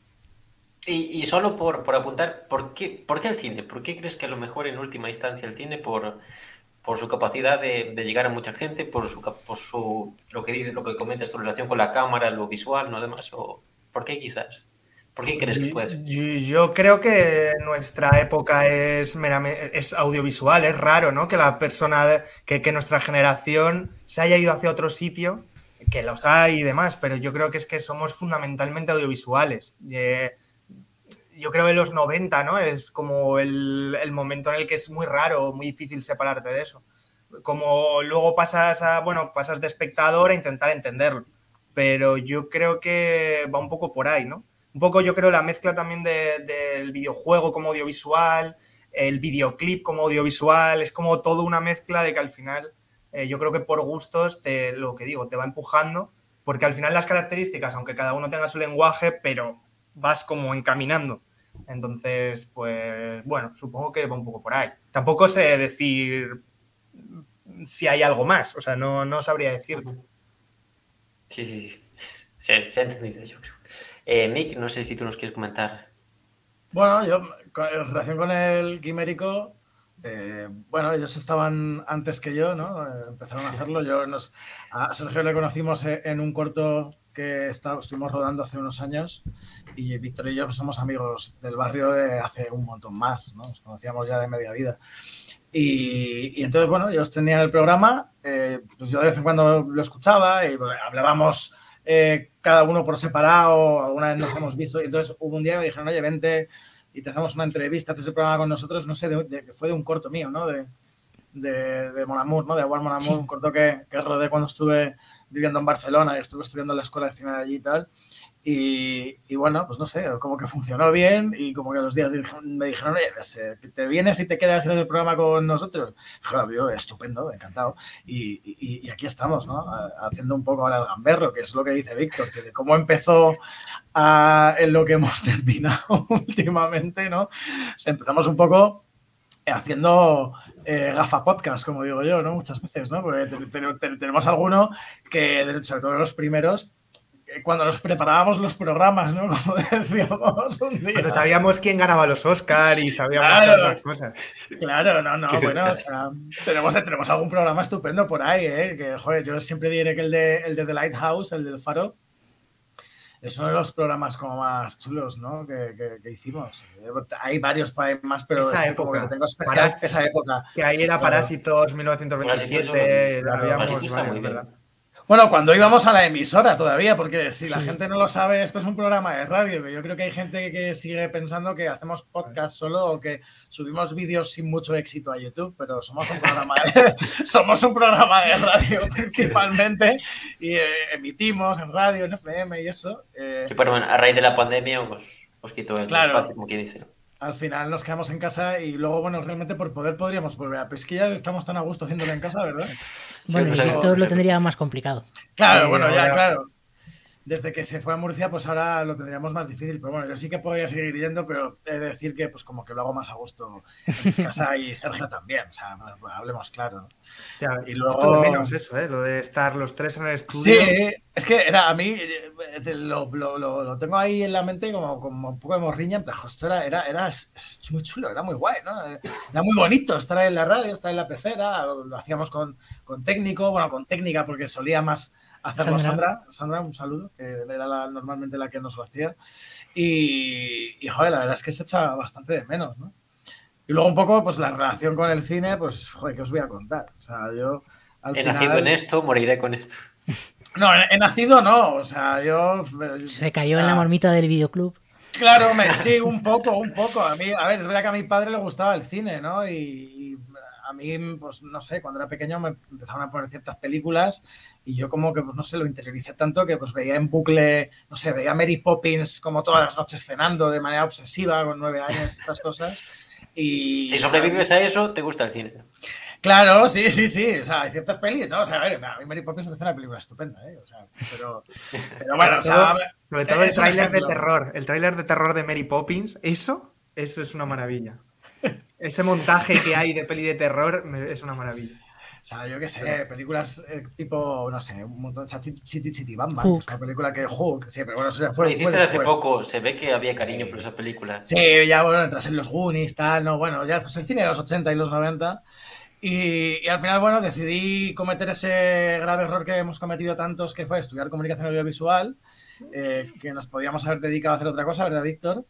Y, y solo por, por apuntar, ¿por qué, ¿por qué el cine? ¿Por qué crees que a lo mejor en última instancia el cine, por, por su capacidad de, de llegar a mucha gente, por su, por su lo que dices, lo que comentas, tu relación con la cámara, lo visual, no demás? ¿O por qué quizás? ¿Por qué crees que puede ser? Yo, yo creo que nuestra época es, meramente, es audiovisual, es raro, ¿no? Que la persona, que, que nuestra generación se haya ido hacia otro sitio, que los hay y demás, pero yo creo que es que somos fundamentalmente audiovisuales. Eh, Yo creo que los noventa, ¿no? Es como el, el momento en el que es muy raro, muy difícil separarte de eso. Como luego pasas a, bueno, pasas de espectador a intentar entenderlo. Pero yo creo que va un poco por ahí, ¿no? Un poco yo creo la mezcla también de, del videojuego como audiovisual, el videoclip como audiovisual, es como toda una mezcla de que al final eh, yo creo que por gustos, te, lo que digo, te va empujando, porque al final las características, aunque cada uno tenga su lenguaje, pero vas como encaminando. Entonces, pues, bueno, supongo que va un poco por ahí. Tampoco sé decir si hay algo más, o sea, no, no sabría decirte. Sí, sí, sí. Se, se ha entendido, yo creo. Eh, Nick, no sé si tú nos quieres comentar. Bueno, yo, en relación con el quimérico, eh, bueno, ellos estaban antes que yo, ¿no? Eh, empezaron a hacerlo. Yo nos, a Sergio le conocimos en un corto que está, estuvimos rodando hace unos años y Víctor y yo pues, somos amigos del barrio de hace un montón más, ¿no? Nos conocíamos ya de media vida. Y, y entonces, bueno, ellos tenían el programa, eh, pues yo de vez en cuando lo escuchaba y bueno, hablábamos eh, cada uno por separado, alguna vez nos hemos visto y entonces hubo un día que me dijeron, oye, vente y te hacemos una entrevista, haces el programa con nosotros, no sé, de, de, fue de un corto mío, ¿no? De, de, de Mon Amour, ¿no? De Aguar Mon Amour, sí. Un corto que, que rodé cuando estuve viviendo en Barcelona y estuve estudiando en la escuela de cine de allí y tal. Y, y bueno, pues no sé, como que funcionó bien y como que los días me dijeron, oye, ¿te vienes y te quedas en el programa con nosotros? Claro, yo, estupendo, encantado. Y, y, y aquí estamos, ¿no? Haciendo un poco el gamberro, que es lo que dice Víctor, que de cómo empezó a, en lo que hemos terminado últimamente, ¿no? O sea, empezamos un poco haciendo eh, gafa podcast, como digo yo, ¿no? Muchas veces, ¿no? Porque te, te, te, tenemos alguno que, sobre todo los primeros, cuando nos preparábamos los programas, ¿no? Como decíamos un día. Cuando sabíamos quién ganaba los Oscar y sabíamos claro, todas las cosas. Claro, no, no, bueno, o sea, tenemos, tenemos algún programa estupendo por ahí, ¿eh? Que, joder, yo siempre diré que el de, el de The Lighthouse, el del Faro, es uno de los programas como más chulos, ¿no? Que, que, que hicimos. Hay varios más, pero esa es época, como que tengo especial esa época. Que ahí era Parásitos, mil novecientos veintisiete, Parásitos, habíamos, Parásitos está muy bien. ¿verdad? Bueno, cuando íbamos a la emisora todavía, porque si la Sí. gente no lo sabe, esto es un programa de radio, que yo creo que hay gente que sigue pensando que hacemos podcast solo o que subimos vídeos sin mucho éxito a YouTube, pero somos un programa de, somos un programa de radio principalmente y eh, emitimos en radio, en F M y eso. Eh, Sí, pero bueno, a raíz de la pandemia os, os quitó el Claro. espacio, como quien dice, ¿no? Al final nos quedamos en casa y luego, bueno, realmente por poder podríamos volver a pesquillar. Estamos tan a gusto haciéndolo en casa, ¿verdad? Bueno, pues y ahí- Víctor lo tendría más complicado. Claro, Sí, bueno, ya, ahora- claro. Desde que se fue a Murcia, pues ahora lo tendríamos más difícil. Pero bueno, yo sí que podría seguir yendo, pero he de decir que pues como que lo hago más a gusto en casa y Sergio también. O sea, pues, hablemos claro, ¿no? Ya, Y echo luego- de menos eso, ¿eh? Lo de estar los tres en el estudio. Sí, es que era a mí eh, te- lo, lo- lo- lo tengo ahí en la mente como, como un poco de morriña, en plan, "Jo, esto era, era, era es- es muy chulo, era muy guay, ¿no? Eh, Era muy bonito estar en la radio, estar en la pecera, lo, lo hacíamos con, con técnico, bueno, con técnica porque solía más hacerlo Sandra. Sandra. Sandra, un saludo, que era la- normalmente la que nos lo hacía. Y, y, joder, la verdad es que se echa bastante de menos, ¿no? Y luego un poco, pues la relación con el cine, pues, joder, ¿qué os voy a contar? O sea, yo... Al He final... nacido en esto, moriré con esto. No, he nacido no, o sea, yo... Se cayó en la marmita del videoclub. Claro, me, sí, un poco, un poco. A mí, a ver, es verdad que a mi padre le gustaba el cine, ¿no? Y, y a mí, pues no sé, cuando era pequeño me empezaron a poner ciertas películas y yo como que, pues no sé, lo interioricé tanto que pues veía en bucle, no sé, veía Mary Poppins como todas las noches cenando de manera obsesiva con nueve años, estas cosas. Y, Si sobrevives a eso, te gusta el cine. Claro, sí, sí, sí. O sea, hay ciertas pelis, ¿no? O sea, a ver, a mí Mary Poppins me parece una película estupenda, ¿eh? O sea, pero, pero bueno, o sea, Sobre todo el es un tráiler de ejemplo. terror. El tráiler de terror de Mary Poppins, eso, eso es una maravilla. Ese montaje que hay de peli de terror me- es una maravilla. O sea, yo qué sé, películas eh, tipo, no sé, un montón. O sea, Chiti Chiti Chiti Bam Bam, Hook. que es una película que Hook, sí, pero bueno, eso ya Lo fue, fue hiciste hace después. poco, se ve que había cariño por esa película. Sí, ya bueno, entras en los Goonies, tal, no, bueno, ya pues el cine de los ochenta y los noventa. Y, y al final, bueno, decidí cometer ese grave error que hemos cometido tantos, que fue estudiar comunicación audiovisual, eh, que nos podíamos haber dedicado a hacer otra cosa, ¿verdad, Víctor?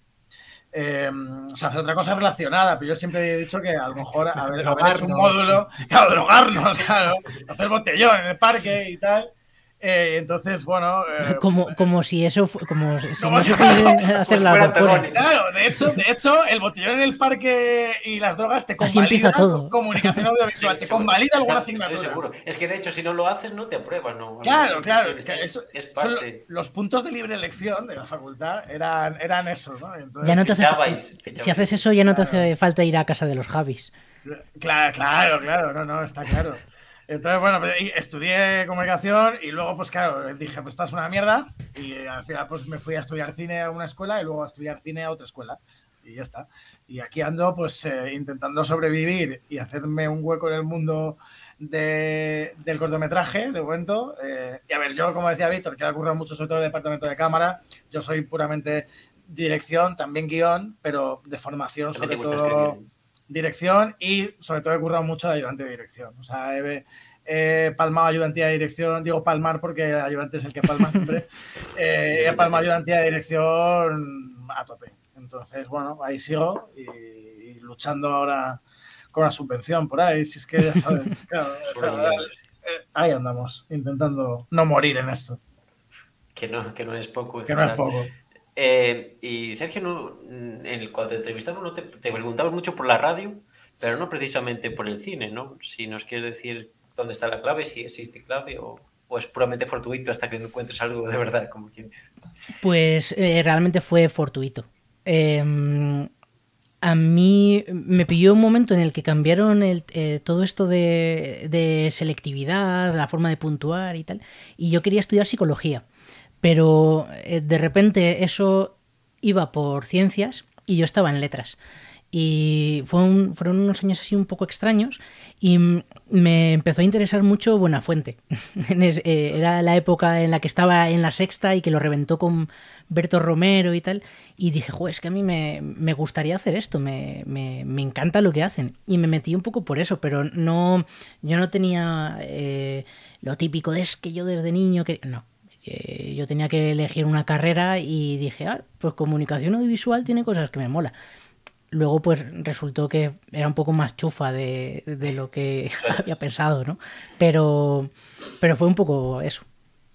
Eh, o sea, hacer otra cosa relacionada, pero yo siempre he dicho que a lo mejor haber, haber hecho un Drogarnos. módulo, claro, drogarnos, claro, hacer botellón en el parque y tal. Eh, entonces, bueno... eh, Como, como si eso fu- como si Como no si se fuera- pudiesen como hacer si las fuera dos cosas. antagónico. Claro, de hecho, de hecho, el botellón en el parque y las drogas te Así convalida empieza todo. comunicación audiovisual, te seguro. convalida alguna Está- asignatura. Estoy seguro. Es que de hecho, si no lo haces, no te apruebas, ¿no? Claro, Es- claro. es- que eso- es son parte. lo- los puntos de libre elección de la facultad eran, eran esos, ¿no? Entonces, Ya no te hace fa- Fichabais, fichabais. si haces eso ya no te Claro. hace falta ir a casa de los Javis. Claro, claro, claro, no, no, está claro. Entonces, bueno, pues, y estudié comunicación y luego, pues claro, dije, pues esto es una mierda. Y eh, al final, pues me fui a estudiar cine a una escuela y luego a estudiar cine a otra escuela. Y ya está. Y aquí ando, pues eh, intentando sobrevivir y hacerme un hueco en el mundo de, del cortometraje, de momento. Eh, y a ver, yo, como decía Víctor, que le ocurre mucho, sobre todo el departamento de cámara. Yo soy puramente dirección, también guión, pero de formación, sobre También te gusta todo escribir. dirección y sobre todo he currado mucho de ayudante de dirección. O sea, he, he palmado ayudantía de dirección, digo palmar porque el ayudante es el que palma siempre. Eh, he palmado ayudantía de dirección a tope. Entonces, bueno, ahí sigo y, y luchando ahora con la subvención por ahí. Si es que ya sabes, claro, o sea, eh, ahí andamos, intentando no morir en esto, Que no, que no es poco. que no es ¿verdad? poco. Eh, y Sergio, no, en el, cuando te entrevistamos, no te, te preguntamos mucho por la radio, pero no precisamente por el cine, ¿no? Si nos quieres decir dónde está la clave, si existe clave o, o es puramente fortuito hasta que encuentres algo de verdad, como quien dice. Pues eh, realmente fue fortuito. Eh, a mí me pilló un momento en el que cambiaron el, eh, todo esto de, de selectividad, la forma de puntuar y tal, y yo quería estudiar psicología, pero eh, de repente eso iba por ciencias y yo estaba en letras. Y fue un- fueron unos años así un poco extraños y m- me empezó a interesar mucho Buenafuente. En es- eh, Era la época en la que estaba en La Sexta y que lo reventó con Berto Romero y tal. Y dije, joder, es que a mí me, me gustaría hacer esto, me, me, me encanta lo que hacen. Y me metí un poco por eso, pero no, yo no tenía eh, lo típico de es que yo desde niño... que No, eh, yo tenía que elegir una carrera y dije, ah, pues comunicación audiovisual tiene cosas que me mola. luego pues resultó que era un poco más chufa de, de lo que había pensado, ¿no? Pero, pero fue un poco eso.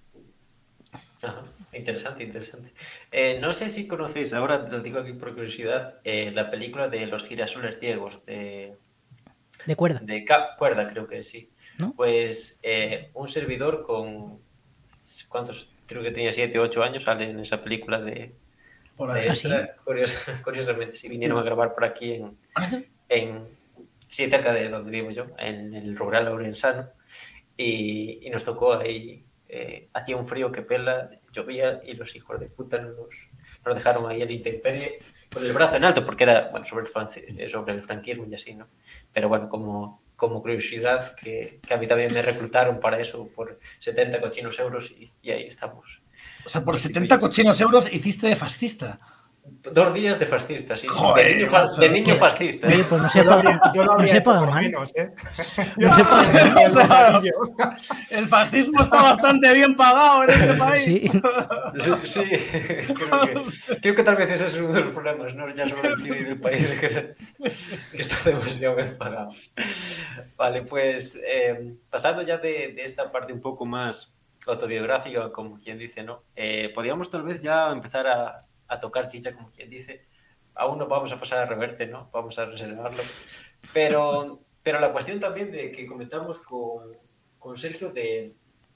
Ajá. Interesante, interesante. Eh, no sé si conocéis, ahora te lo digo aquí por curiosidad, eh, la película de los girasoles ciegos, de, de cuerda. De Ca cuerda, creo que sí. ¿No? Pues eh, un servidor con, ¿cuántos? Creo que tenía siete o ocho años, sale en esa película de... Por de ahí. extra, ¿Ah, sí? Curios, curiosamente, sí, vinieron a grabar por aquí en, en... Sí, cerca de donde vivo yo, en el rural orensano, y, y nos tocó ahí... Eh, hacía un frío que pela, llovía y los hijos de puta nos, nos dejaron ahí a la intemperie con el brazo en alto, porque era bueno, sobre, el, sobre el franquismo y así, ¿no? Pero bueno, como, como curiosidad, que, que a mí también me reclutaron para eso por setenta cochinos euros y, y ahí estamos. O sea, por setenta cochinos euros hiciste de fascista. Dos días de fascista, sí, Joder, sí. De niño, fa de niño que, fascista. Oye, pues no se paga, yo lo habría no se paga mal. Menos, ¿eh? No se paga mal. O sea, el fascismo está bastante bien pagado en este país. Sí, sí, sí creo, que, creo que tal vez ese es uno de los problemas, ¿no? Ya sobre el cine del país, que está demasiado bien pagado. Vale, pues eh, pasando ya de, de esta parte un poco más autobiográfica, como quien dice, ¿no? Eh, podríamos tal vez ya empezar a a tocar chicha, como quien dice. Aún no vamos a pasar a reverte, ¿no? Vamos a reservarlo. Pero, pero la cuestión también de que comentamos con, con Sergio de,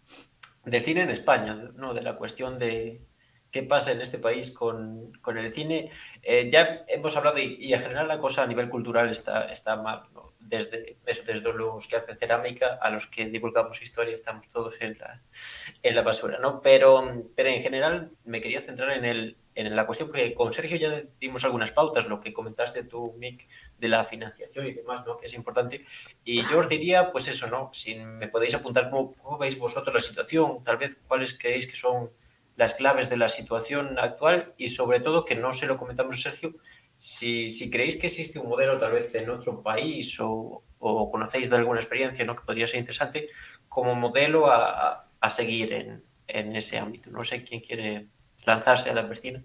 de cine en España, ¿no? De la cuestión de qué pasa en este país con, con el cine. Eh, ya hemos hablado y, y en general la cosa a nivel cultural está, está mal, ¿no? Desde, eso, desde los que hacen cerámica a los que divulgamos historia, estamos todos en la, en la basura, ¿no? Pero, pero en general me quería centrar en el en la cuestión, porque con Sergio ya dimos algunas pautas, lo que comentaste tú, Mick, de la financiación y demás, ¿no? Que es importante. Y yo os diría, pues eso, ¿no? Si me podéis apuntar cómo, cómo veis vosotros la situación, tal vez cuáles creéis que son las claves de la situación actual y sobre todo, que no se lo comentamos a Sergio, si, si creéis que existe un modelo tal vez en otro país o, o conocéis de alguna experiencia, ¿no? Que podría ser interesante como modelo a, a seguir en, en ese ámbito. No sé quién quiere lanzarse a la piscina.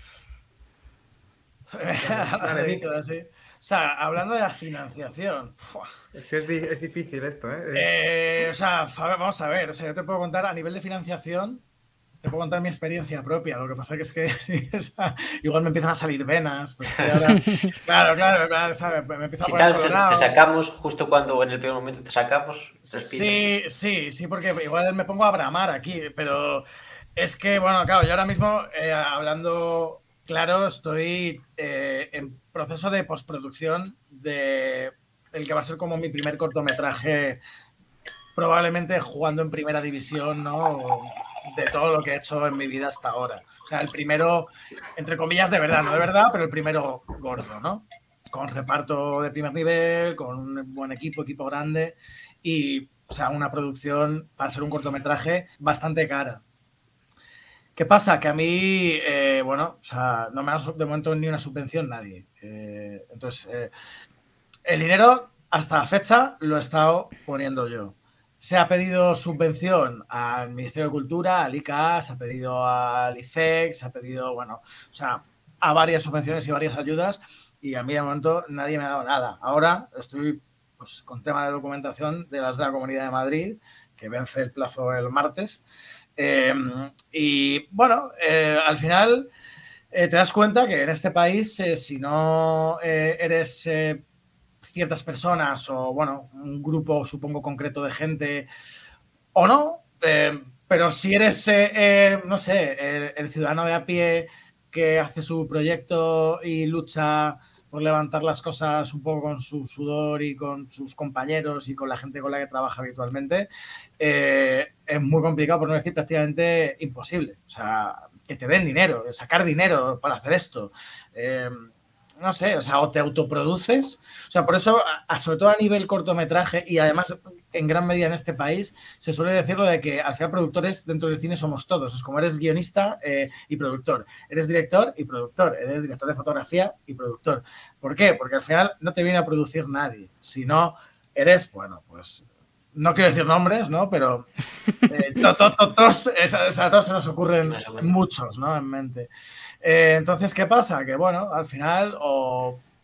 Vale, sí. O sea, hablando de la financiación. Es que es, di es difícil esto, ¿eh? Es... eh o sea, vamos a ver. O sea, yo te puedo contar a nivel de financiación, te puedo contar mi experiencia propia. Lo que pasa es que sí, o sea, igual me empiezan a salir venas. Pues ahora, claro, claro, claro, ¿sabes? Me empiezo si a poner tal, colorado. Te sacamos justo cuando en el peor momento te sacamos. Sí, sí, sí, porque igual me pongo a bramar aquí, pero es que, bueno, claro, yo ahora mismo, eh, hablando claro, estoy eh, en proceso de postproducción de el que va a ser como mi primer cortometraje, probablemente jugando en primera división, ¿no? De todo lo que he hecho en mi vida hasta ahora. O sea, el primero, entre comillas, de verdad, no de verdad, pero el primero gordo, ¿no? Con reparto de primer nivel, con un buen equipo, equipo grande y, o sea, una producción para ser un cortometraje bastante cara. ¿Qué pasa? Que a mí, eh, bueno, o sea, no me ha dado de momento ni una subvención nadie. Eh, entonces, eh, el dinero hasta la fecha lo he estado poniendo yo. Se ha pedido subvención al Ministerio de Cultura, al I C A, se ha pedido al I C E C, se ha pedido, bueno, o sea, a varias subvenciones y varias ayudas y a mí de momento nadie me ha dado nada. Ahora estoy pues, con tema de documentación de las de la Comunidad de Madrid, que vence el plazo el martes. Eh, y bueno, eh, al final eh, te das cuenta que en este país, eh, si no eh, eres eh, ciertas personas o, bueno, un grupo, supongo, concreto de gente o no, eh, pero si eres, eh, eh, no sé, el, el ciudadano de a pie que hace su proyecto y lucha por levantar las cosas un poco con su sudor y con sus compañeros y con la gente con la que trabaja habitualmente, eh, es muy complicado, por no decir prácticamente imposible. O sea, que te den dinero, sacar dinero para hacer esto. Eh, no sé, o sea, o te autoproduces. O sea, por eso, a, sobre todo a nivel cortometraje y además en gran medida en este país, se suele decir lo de que al final productores dentro del cine somos todos. Es como eres guionista eh, y productor. Eres director y productor. Eres director de fotografía y productor. ¿Por qué? Porque al final no te viene a producir nadie. Si no, eres, bueno, pues... No quiero decir nombres, ¿no? Pero eh, to, to, to, todos, a todos se nos ocurren sí, muchos, ¿no? En mente. Eh, entonces, ¿qué pasa? Que, bueno, al final o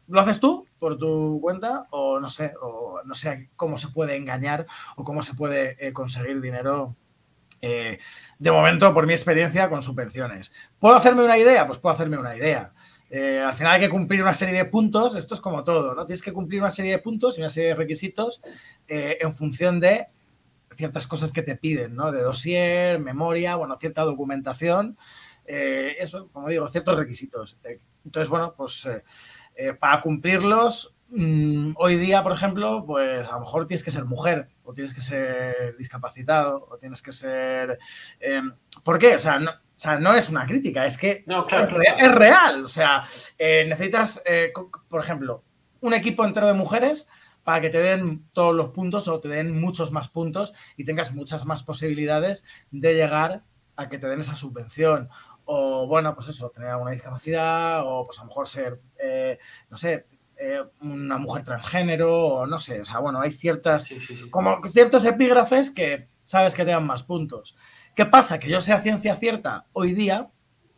¿lo haces tú por tu cuenta o no sé, o no sé cómo se puede engañar o cómo se puede eh, conseguir dinero? Eh, de momento, por mi experiencia, con subvenciones. ¿Puedo hacerme una idea? Pues puedo hacerme una idea. Eh, al final hay que cumplir una serie de puntos. Esto es como todo, ¿no? Tienes que cumplir una serie de puntos y una serie de requisitos eh, en función de ciertas cosas que te piden, ¿no? De dossier, memoria, bueno, cierta documentación. Eh, eso, como digo, ciertos requisitos. Entonces, bueno, pues eh, eh, para cumplirlos, mmm, hoy día, por ejemplo, pues a lo mejor tienes que ser mujer, o tienes que ser discapacitado, o tienes que ser... Eh, ¿Por qué? O sea, no, o sea, no es una crítica, es que no, claro, es, real, es real. O sea, eh, necesitas, eh, por ejemplo, un equipo entero de mujeres para que te den todos los puntos o te den muchos más puntos y tengas muchas más posibilidades de llegar a que te den esa subvención. O, bueno, pues eso, tener alguna discapacidad o, pues a lo mejor ser, eh, no sé, eh, una mujer transgénero o no sé. O sea, bueno, hay ciertas, sí, sí, sí. como ciertos epígrafes que sabes que te dan más puntos. ¿Qué pasa? Que yo sé a ciencia cierta hoy día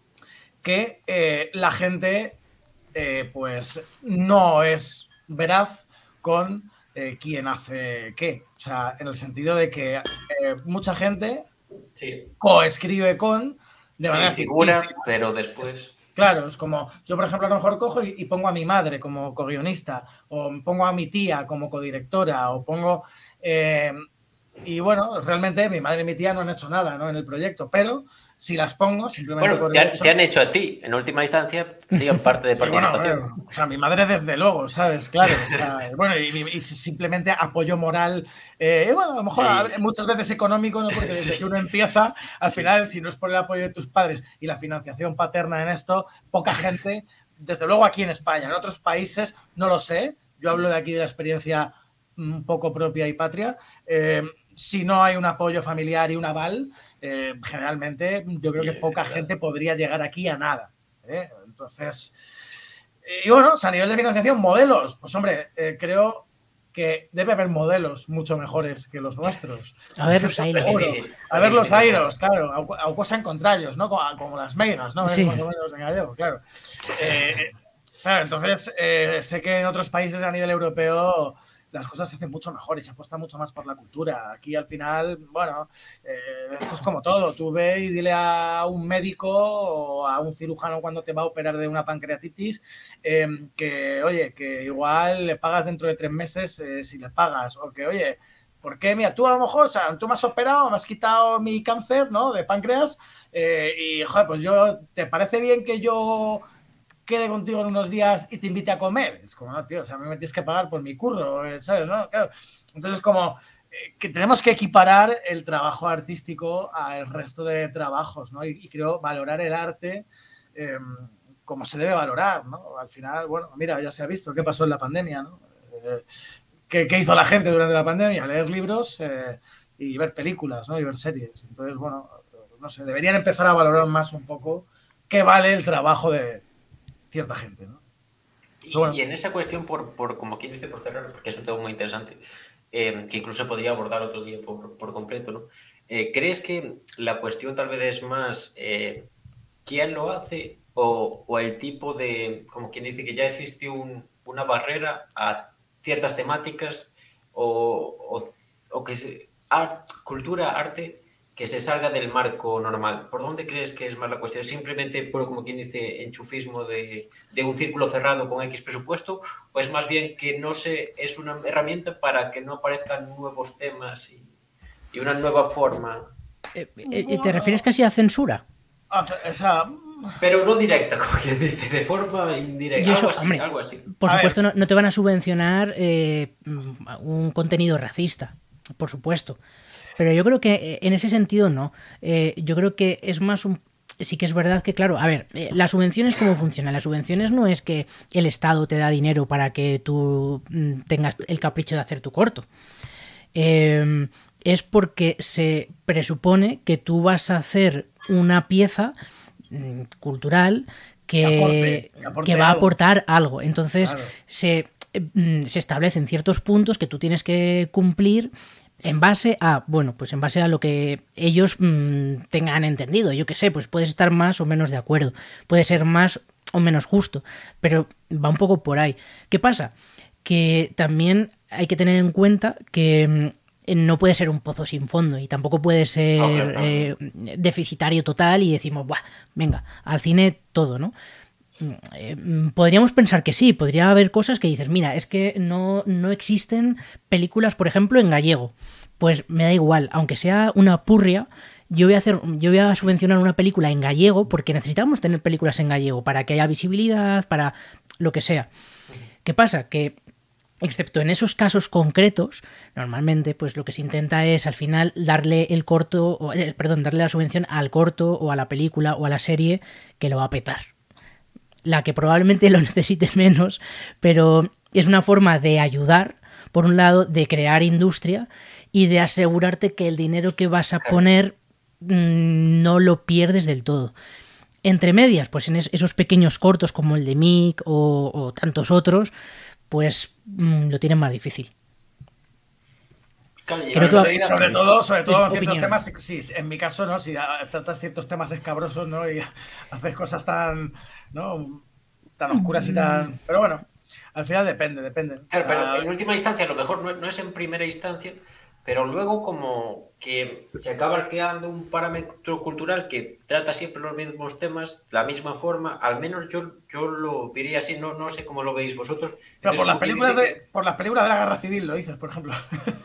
que eh, la gente, eh, pues, no es veraz con eh, quién hace qué. O sea, en el sentido de que eh, mucha gente sí. coescribe con... De sí, manera figura, ficticia. Pero después... Claro, es como, yo por ejemplo a lo mejor cojo y, y pongo a mi madre como co-guionista, o pongo a mi tía como codirectora, o pongo... Eh, y bueno, realmente mi madre y mi tía no han hecho nada, ¿no? En el proyecto, pero si las pongo simplemente... Bueno, por te, el han, hecho... te han hecho a ti, en última instancia, digan parte de participación. Sí, bueno, bueno, o sea, mi madre desde luego, ¿sabes? Claro. O sea, bueno, y, y, simplemente apoyo moral, eh, y bueno, a lo mejor sí. muchas veces económico, ¿no? Porque desde sí. que uno empieza, al final, si no es por el apoyo de tus padres y la financiación paterna en esto, poca gente, desde luego aquí en España, en otros países, no lo sé, yo hablo de aquí de la experiencia un poco propia y patria, eh, si no hay un apoyo familiar y un aval, eh, generalmente yo creo que poca gente podría llegar aquí a nada. ¿eh? Entonces, y bueno, o sea, a nivel de financiación, modelos, pues hombre, eh, creo que debe haber modelos mucho mejores que los nuestros. A ver los airos. A ver los airos, claro, a cosa en contrarios, ¿no? Como, como las megas, ¿no? Sí. Más o menos en gallego, claro. Eh, claro, entonces, eh, sé que en otros países a nivel europeo las cosas se hacen mucho mejor y se apuesta mucho más por la cultura. Aquí al final, bueno, eh, esto es como todo. Tú ve y dile a un médico o a un cirujano cuando te va a operar de una pancreatitis eh, que, oye, que igual le pagas dentro de tres meses eh, si le pagas. O que, oye, ¿por qué? Mira, tú a lo mejor, o sea, tú me has operado, me has quitado mi cáncer, ¿no? De páncreas eh, y, joder, pues yo, ¿te parece bien que yo... quede contigo en unos días y te invite a comer? Es como, no, tío, o sea, me tienes que pagar por mi curro, ¿sabes? ¿No? Claro. Entonces, como eh, que tenemos que equiparar el trabajo artístico al resto de trabajos, ¿no? Y, y creo valorar el arte eh, como se debe valorar, ¿no? Al final, bueno, mira, ya se ha visto qué pasó en la pandemia, ¿no? Eh, ¿qué, ¿Qué hizo la gente durante la pandemia? Leer libros eh, y ver películas, ¿no? Y ver series. Entonces, bueno, no sé, deberían empezar a valorar más un poco qué vale el trabajo de cierta gente, ¿no? Y, bueno. y en esa cuestión, por, por como quien dice, por cerrar, porque es un tema muy interesante, eh, que incluso podría abordar otro día por, por completo, ¿no? Eh, ¿Crees que la cuestión tal vez es más eh, quién lo hace o, o el tipo de, como quien dice, que ya existe un, una barrera a ciertas temáticas o, o, o que se, art, cultura, arte, que se salga del marco normal? ¿Por dónde crees que es más la cuestión? ¿Simplemente por, como quien dice, enchufismo de, de un círculo cerrado con X presupuesto? ¿O es más bien que no se, es una herramienta para que no aparezcan nuevos temas y, y una nueva forma? Eh, eh, ¿Te refieres casi a censura? O sea, pero no directa, como quien dice, de forma indirecta. Eso, algo, así, hombre, algo así. Por a supuesto, no, no te van a subvencionar eh, un contenido racista, por supuesto. Pero yo creo que en ese sentido no. Eh, yo creo que es más un... Sí que es verdad que, claro, a ver, eh, las subvenciones, ¿cómo funcionan? Las subvenciones no es que el Estado te da dinero para que tú mm, tengas el capricho de hacer tu corto. Eh, es porque se presupone que tú vas a hacer una pieza mm, cultural que, que, aporte, que, aporte que va algo. a aportar algo. Entonces, claro. se, eh, se establecen ciertos puntos que tú tienes que cumplir en base a, bueno, pues en base a lo que ellos mmm, tengan entendido. Yo qué sé, pues puedes estar más o menos de acuerdo. Puede ser más o menos justo, pero va un poco por ahí. ¿Qué pasa? Que también hay que tener en cuenta que no puede ser un pozo sin fondo y tampoco puede ser no, claro, claro. Eh, deficitario total y decimos, Buah, venga, al cine todo, ¿no? Eh, podríamos pensar que sí, podría haber cosas que dices, mira, es que no, no existen películas, por ejemplo, en gallego. Pues me da igual, aunque sea una purria, yo voy a hacer, yo voy a subvencionar una película en gallego porque necesitamos tener películas en gallego para que haya visibilidad, para lo que sea. ¿Qué pasa? Que excepto en esos casos concretos, normalmente pues lo que se intenta es al final darle el corto, o, eh, perdón, darle la subvención al corto o a la película o a la serie que lo va a petar. La que probablemente lo necesite menos, pero es una forma de ayudar, por un lado, de crear industria y de asegurarte que el dinero que vas a poner mmm, no lo pierdes del todo. Entre medias, pues en es, esos pequeños cortos como el de Mick o, o tantos otros, pues mmm, lo tienen más difícil. Creo que sí, sobre todo, sobre todo en ciertos opinión. temas, sí, en mi caso, ¿no? Si tratas ciertos temas escabrosos, ¿no? Y haces cosas tan, ¿no? tan oscuras y tan. Pero bueno, al final depende, depende. Claro, pero en última instancia, a lo mejor no, no es en primera instancia, pero luego como que se acaba creando un parámetro cultural que trata siempre los mismos temas, la misma forma, al menos yo, yo lo diría así, no, no sé cómo lo veis vosotros. Pero por las, películas de, que... por las películas de la Guerra Civil lo dices, por ejemplo.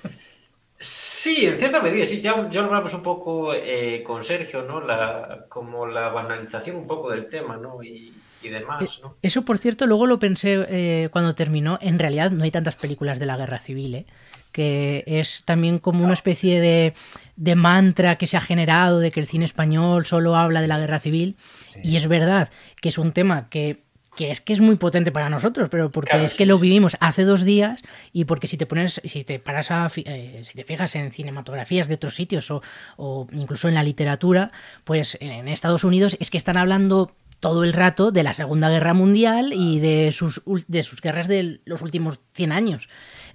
Sí, en cierta medida, sí, ya, ya hablamos un poco eh, con Sergio, ¿no? La, como la banalización un poco del tema, ¿no? Y, y demás, ¿no? Eso, por cierto, luego lo pensé eh, cuando terminó. En realidad no hay tantas películas de la Guerra Civil, ¿eh? Que es también como una especie de, de mantra que se ha generado de que el cine español solo habla de la Guerra Civil. Sí. Y es verdad que es un tema que... que es que es muy potente para nosotros, pero porque claro, es que sí, lo vivimos hace dos días y porque si te pones, si te paras a, eh, si te fijas en cinematografías de otros sitios o, o incluso en la literatura, pues en Estados Unidos es que están hablando todo el rato de la Segunda Guerra Mundial y de sus, de sus guerras de los últimos cien años.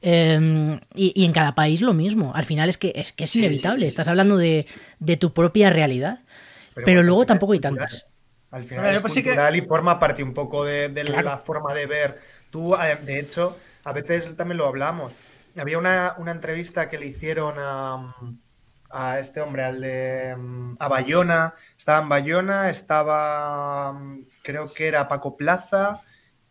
Eh, y, y en cada país lo mismo. Al final es que es, que es inevitable, sí, sí, sí, estás sí, hablando sí. De, de tu propia realidad. Pero, pero bueno, luego tampoco hay tantas. Al final ver, es pues cultural sí que... y forma parte un poco de, de claro. La forma de ver. Tú, de hecho, a veces también lo hablamos. Había una, una entrevista que le hicieron a, a este hombre, al de a Bayona. Estaba en Bayona, estaba, creo que era Paco Plaza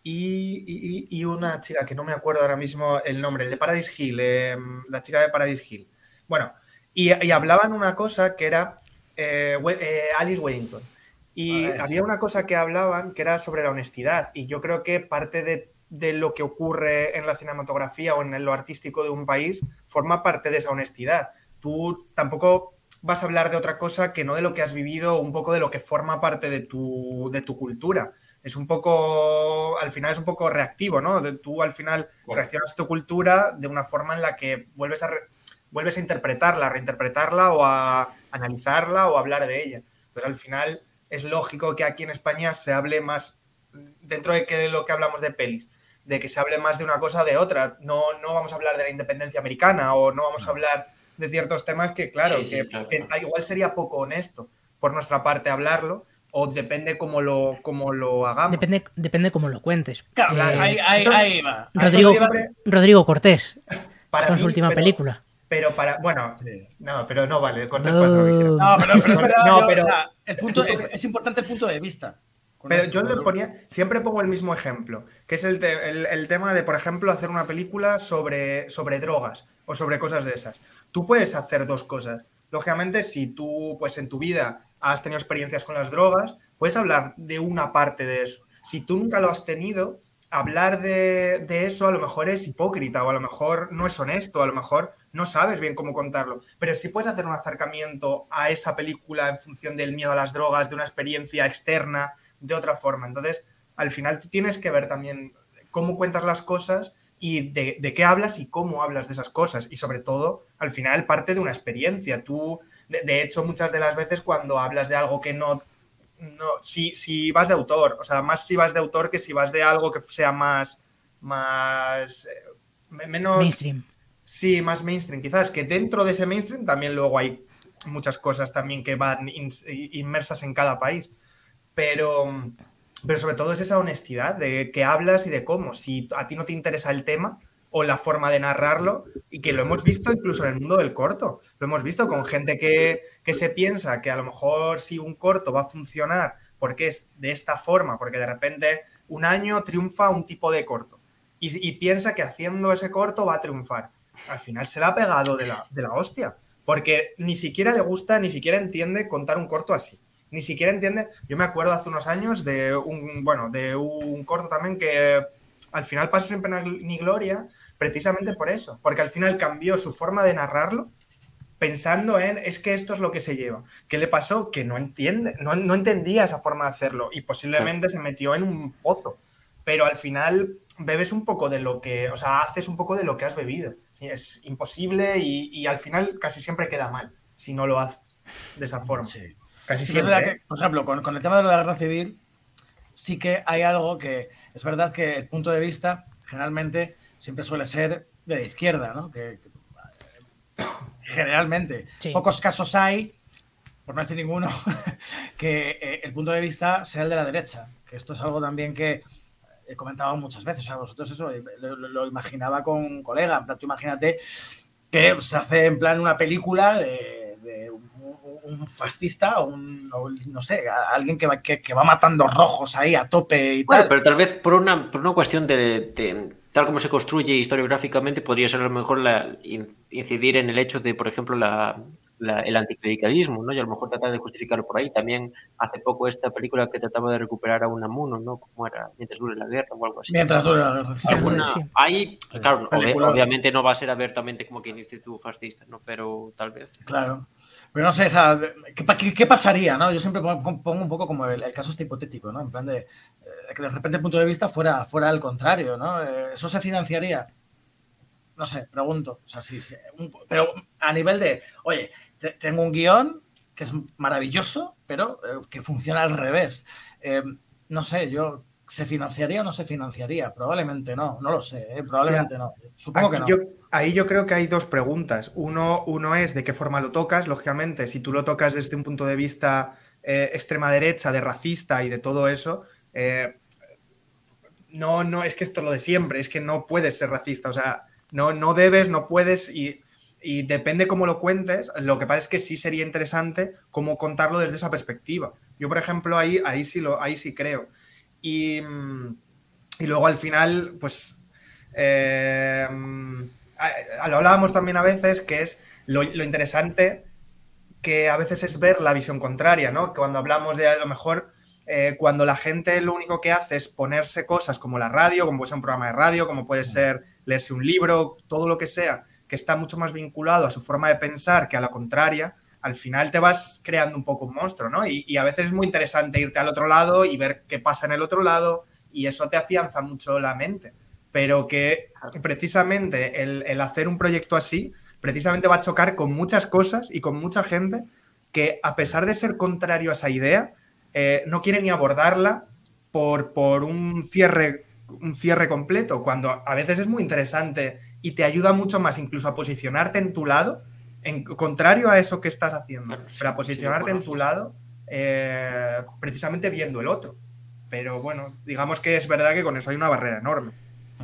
y, y, y una chica que no me acuerdo ahora mismo el nombre, el de Paradise Hill, eh, la chica de Paradise Hill. Bueno, y, y hablaban una cosa que era eh, eh, Alice Weddington. Y ah, había una cosa que hablaban que era sobre la honestidad y yo creo que parte de, de lo que ocurre en la cinematografía o en lo artístico de un país forma parte de esa honestidad. Tú tampoco vas a hablar de otra cosa que no de lo que has vivido, un poco de lo que forma parte de tu, de tu cultura. Es un poco, al final es un poco reactivo, ¿no? Tú al final bueno. reaccionas a tu cultura de una forma en la que vuelves a, re, vuelves a interpretarla, a reinterpretarla o a analizarla o a hablar de ella. Entonces al final... es lógico que aquí en España se hable más, dentro de que lo que hablamos de pelis, de que se hable más de una cosa o de otra. No, no vamos a hablar de la independencia americana o no vamos a hablar de ciertos temas que, claro, sí, sí, que, claro, que claro. igual sería poco honesto por nuestra parte hablarlo o depende cómo lo, cómo lo hagamos. Depende, depende cómo lo cuentes. Claro, eh, ahí, ahí, ahí va. Rodrigo, siempre, Rodrigo Cortés, para con mí, su última pero, película. Pero para, bueno, sí. no, pero no vale, Cortés no. cuatro original. No, pero, pero es verdad, no, yo, pero, o sea, el punto, es importante el punto de vista. Pero yo le ponía, siempre pongo el mismo ejemplo, que es el, te, el, el tema de, por ejemplo, hacer una película sobre, sobre drogas o sobre cosas de esas. Tú puedes hacer dos cosas. Lógicamente, si tú, pues en tu vida has tenido experiencias con las drogas, puedes hablar de una parte de eso. Si tú nunca lo has tenido, hablar de, de eso a lo mejor es hipócrita o a lo mejor no es honesto, a lo mejor no sabes bien cómo contarlo. Pero sí puedes hacer un acercamiento a esa película en función del miedo a las drogas, de una experiencia externa, de otra forma. Entonces, al final tú tienes que ver también cómo cuentas las cosas y de, de qué hablas y cómo hablas de esas cosas. Y sobre todo, al final, parte de una experiencia. Tú, de, de hecho, muchas de las veces cuando hablas de algo que no... no si, si vas de autor, o sea, más si vas de autor que si vas de algo que sea más... más eh, menos... mainstream. Sí, más mainstream. Quizás que dentro de ese mainstream también luego hay muchas cosas también que van in, inmersas en cada país. Pero, pero sobre todo es esa honestidad de que hablas y de cómo. Si a ti no te interesa el tema o la forma de narrarlo, y que lo hemos visto incluso en el mundo del corto. Lo hemos visto con gente que, que se piensa que a lo mejor si un corto va a funcionar porque es de esta forma, porque de repente un año triunfa un tipo de corto y, y piensa que haciendo ese corto va a triunfar. Al final se la ha pegado de la, de la hostia, porque ni siquiera le gusta, ni siquiera entiende contar un corto así. Ni siquiera entiende. Yo me acuerdo hace unos años de un, bueno, de un corto también que al final pasó sin pena ni gloria, precisamente por eso, porque al final cambió su forma de narrarlo pensando en, es que esto es lo que se lleva. ¿Qué le pasó? Que no entiende, no, no entendía esa forma de hacerlo y posiblemente sí. se metió en un pozo. Pero al final bebes un poco de lo que, o sea, haces un poco de lo que has bebido. Sí, es imposible y, y al final casi siempre queda mal si no lo haces de esa forma. Sí. Casi sí, siempre. Es verdad que, por ejemplo, con, con el tema de la guerra civil, sí que hay algo que es verdad que el punto de vista generalmente siempre suele ser de la izquierda, ¿no? Que, que generalmente sí. Pocos casos hay, por no decir ninguno, que eh, el punto de vista sea el de la derecha. Que esto es algo también que he comentado muchas veces. O sea, vosotros eso lo, lo, lo imaginaba con un colega. En plan, tú imagínate que se hace en plan una película de, de un, un fascista o un, o no sé, alguien que va, que, que va matando rojos ahí a tope y bueno, tal. Pero tal vez por una, por una cuestión de, de tal como se construye historiográficamente, podría ser a lo mejor la, incidir en el hecho de, por ejemplo, la, la, el anticlericalismo, ¿no? Y a lo mejor tratar de justificarlo por ahí. También hace poco esta película que trataba de recuperar a Unamuno, ¿no? Como era Mientras dure la guerra o algo así. Mientras dure la guerra. Sí, Alguna, sí. Ahí, claro, ob obviamente no va a ser abiertamente como que inicie tu fascista, ¿no? Pero tal vez. Claro. Pero no sé, o sea, ¿qué, qué, qué pasaría, no? Yo siempre pongo, pongo un poco como el, el caso este hipotético, ¿no? En plan de eh, que de repente el punto de vista fuera, fuera al contrario, ¿no? Eh, ¿Eso se financiaría? No sé, pregunto. O sea, sí, sí un, pero a nivel de, oye, te, tengo un guión que es maravilloso, pero eh, que funciona al revés. Eh, no sé, yo... ¿Se financiaría o no se financiaría? Probablemente no, no lo sé, ¿eh? Probablemente ya. no. Supongo Aquí que no. Yo, ahí yo creo que hay dos preguntas. Uno, uno es de qué forma lo tocas, lógicamente. Si tú lo tocas desde un punto de vista eh, extrema derecha, de racista y de todo eso, eh, no, no, es que esto es lo de siempre, es que no puedes ser racista. O sea, no, no debes, no puedes y, y depende cómo lo cuentes. Lo que pasa es que sí sería interesante cómo contarlo desde esa perspectiva. Yo, por ejemplo, ahí, ahí, sí, lo, ahí sí creo. Y, y luego al final, pues, eh, lo hablábamos también a veces, que es lo, lo interesante que a veces es ver la visión contraria, ¿no? Que cuando hablamos de a lo mejor, eh, cuando la gente lo único que hace es ponerse cosas como la radio, como puede ser un programa de radio, como puede ser leerse un libro, todo lo que sea, que está mucho más vinculado a su forma de pensar que a la contraria, al final te vas creando un poco un monstruo, ¿no? Y, y a veces es muy interesante irte al otro lado y ver qué pasa en el otro lado y eso te afianza mucho la mente. Pero que precisamente el, el hacer un proyecto así, precisamente va a chocar con muchas cosas y con mucha gente que a pesar de ser contrario a esa idea, eh, no quiere ni abordarla por, por un cierre, un cierre completo, cuando a veces es muy interesante y te ayuda mucho más incluso a posicionarte en tu lado, en contrario a eso que estás haciendo, sí, pero a posicionarte sí, bueno, en tu lado, eh, precisamente viendo el otro. Pero bueno, digamos que es verdad que con eso hay una barrera enorme.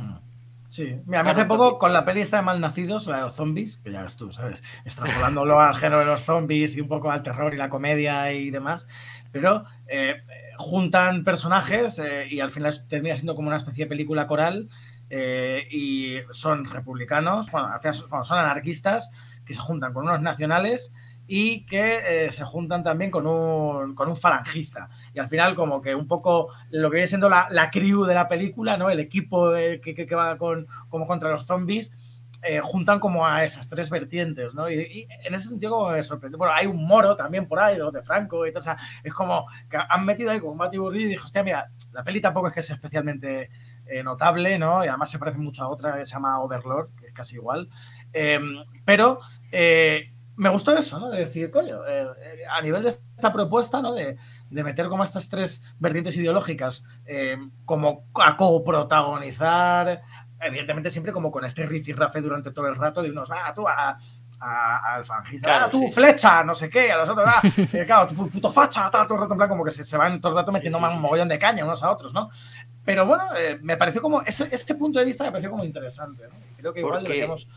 Sí, mira, me hace poco con la peli esta de Malnacidos, la de los zombies, que ya ves tú, ¿sabes? Extrapolándolo al género de los zombies y un poco al terror y la comedia y demás, pero eh, juntan personajes eh, y al final termina siendo como una especie de película coral eh, y son republicanos, bueno, al final son, bueno, son anarquistas que se juntan con unos nacionales y que eh, se juntan también con un, con un falangista. Y al final como que un poco lo que viene siendo la, la crew de la película, ¿no? El equipo de, que, que, que va con, como contra los zombies, eh, juntan como a esas tres vertientes, ¿no? Y, y en ese sentido como me sorprende. Bueno, hay un moro también por ahí, de los de Franco y todo, o sea, es como que han metido ahí como un batiburrillo y dijo, hostia, mira, la peli tampoco es que sea especialmente eh, notable, ¿no? Y además se parece mucho a otra que se llama Overlord, que es casi igual. Eh, pero... Eh, me gustó eso, ¿no? De decir, coño, eh, a nivel de esta propuesta, ¿no? De, de meter como estas tres vertientes ideológicas eh, como a coprotagonizar, evidentemente siempre como con este rifirrafe durante todo el rato de unos, ah, tú, a, a- al fangista, Claro, ah, tú, sí. flecha, no sé qué, a los otros, ah, eh, claro, tu puto facha, tal, todo el rato, en plan, como que se, se van todo el rato Sí, metiendo sí, más sí. un mogollón de caña unos a otros, ¿no? Pero bueno, eh, me pareció como, ese, este punto de vista me pareció como interesante, ¿no? Creo que igual Porque deberíamos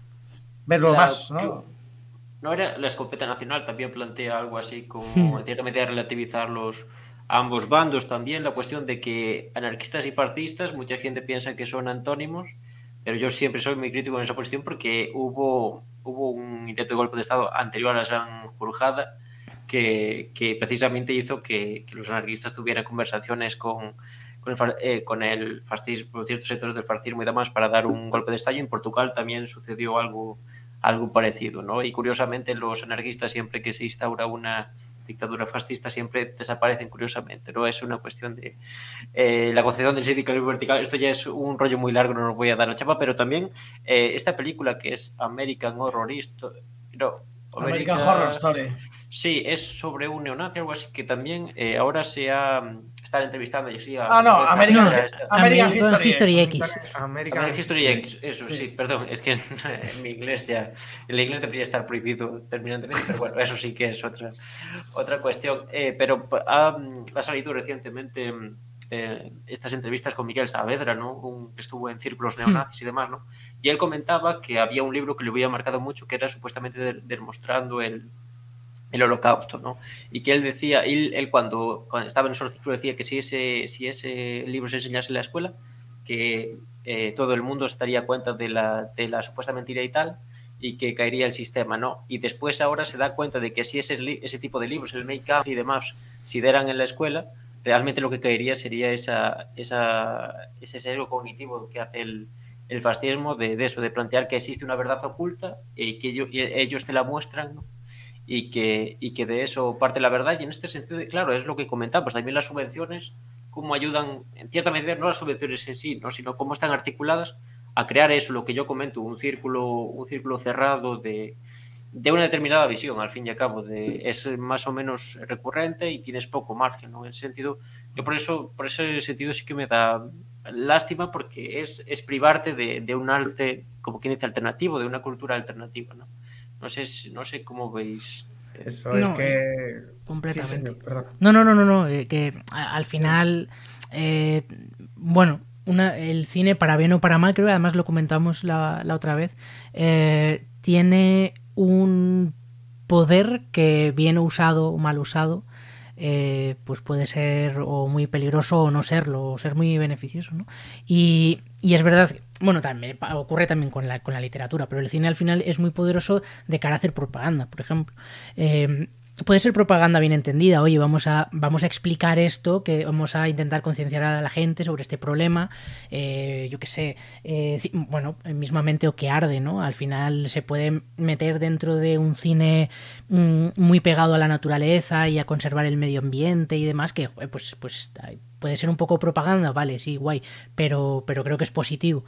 verlo la- más, ¿no? ¿No era la escopeta nacional? También plantea algo así como, Hmm. en cierta medida, relativizar los, a ambos bandos también, la cuestión de que anarquistas y fascistas, mucha gente piensa que son antónimos, pero yo siempre soy muy crítico en esa posición porque hubo, hubo un intento de golpe de Estado anterior a la Sanjurjada que, que precisamente hizo que, que los anarquistas tuvieran conversaciones con, con, el, fa- eh, con el fascismo, ciertos sectores del fascismo y demás para dar un golpe de Estado. En Portugal también sucedió algo algo parecido, ¿no? Y curiosamente los anarquistas, siempre que se instaura una dictadura fascista, siempre desaparecen curiosamente, ¿no? Es una cuestión de eh, la concepción del sindicalismo vertical. Esto ya es un rollo muy largo, no nos voy a dar la chapa, pero también eh, esta película que es American Horror Story, no, American América... Horror Story. Sí, es sobre un neonazi, algo así, que también eh, ahora se ha... Están entrevistando y así a... Ah, no, Miguel American, Saavedra, esta- American American History, History X. X. American American History X, eso sí. Sí. Perdón, es que en, en mi inglés ya, el inglés debería estar prohibido terminantemente, pero bueno, eso sí que es otra, otra cuestión. Eh, pero ha, ha salido recientemente eh, estas entrevistas con Miguel Saavedra, ¿no? Un, que estuvo en círculos neonazis y demás, ¿no? Y él comentaba que había un libro que le había marcado mucho, que era supuestamente de, demostrando el, el holocausto, ¿no? Y que él decía, él, él cuando, cuando estaba en su círculo decía que si ese, si ese libro se enseñase en la escuela, que eh, todo el mundo se daría cuenta de la, de la supuesta mentira y tal, y que caería el sistema, ¿no? Y después ahora se da cuenta de que si ese, ese tipo de libros, el make-up y demás, si dieran en la escuela, realmente lo que caería sería esa, esa, ese sesgo cognitivo que hace el, el fascismo de, de eso, de plantear que existe una verdad oculta y que ellos, y ellos te la muestran, ¿no? Y que, y que de eso parte la verdad. Y en este sentido, claro, es lo que comentamos, también las subvenciones, cómo ayudan, en cierta medida, no las subvenciones en sí, ¿no? Sino cómo están articuladas a crear eso, lo que yo comento, un círculo, un círculo cerrado de, de una determinada visión, al fin y al cabo, de, es más o menos recurrente y tienes poco margen, ¿no? En ese sentido, yo por eso, por ese sentido sí que me da lástima, porque es, es privarte de, de un arte, como quien dice, alternativo, de una cultura alternativa, ¿no? No sé, no sé cómo veis. Eso No, es que... completamente. Sí, señor, perdón. No, no, no, no, no, eh, que a- al final, eh, bueno, una, el cine, para bien o para mal, creo que además lo comentamos la, la otra vez, eh, tiene un poder que, bien usado o mal usado, eh, pues puede ser o muy peligroso o no serlo, o ser muy beneficioso, ¿no? Y, y es verdad, bueno, también ocurre también con la, con la literatura, pero el cine al final es muy poderoso de cara a hacer propaganda, por ejemplo. Eh, puede ser propaganda bien entendida, oye, vamos a, vamos a explicar esto, que vamos a intentar concienciar a la gente sobre este problema, eh, yo qué sé, eh, bueno, mismamente O que arde, ¿no? Al final se puede meter dentro de un cine mmm, muy pegado a la naturaleza y a conservar el medio ambiente y demás, que pues, pues está, puede ser un poco propaganda, vale, sí, guay, pero, pero creo que es positivo.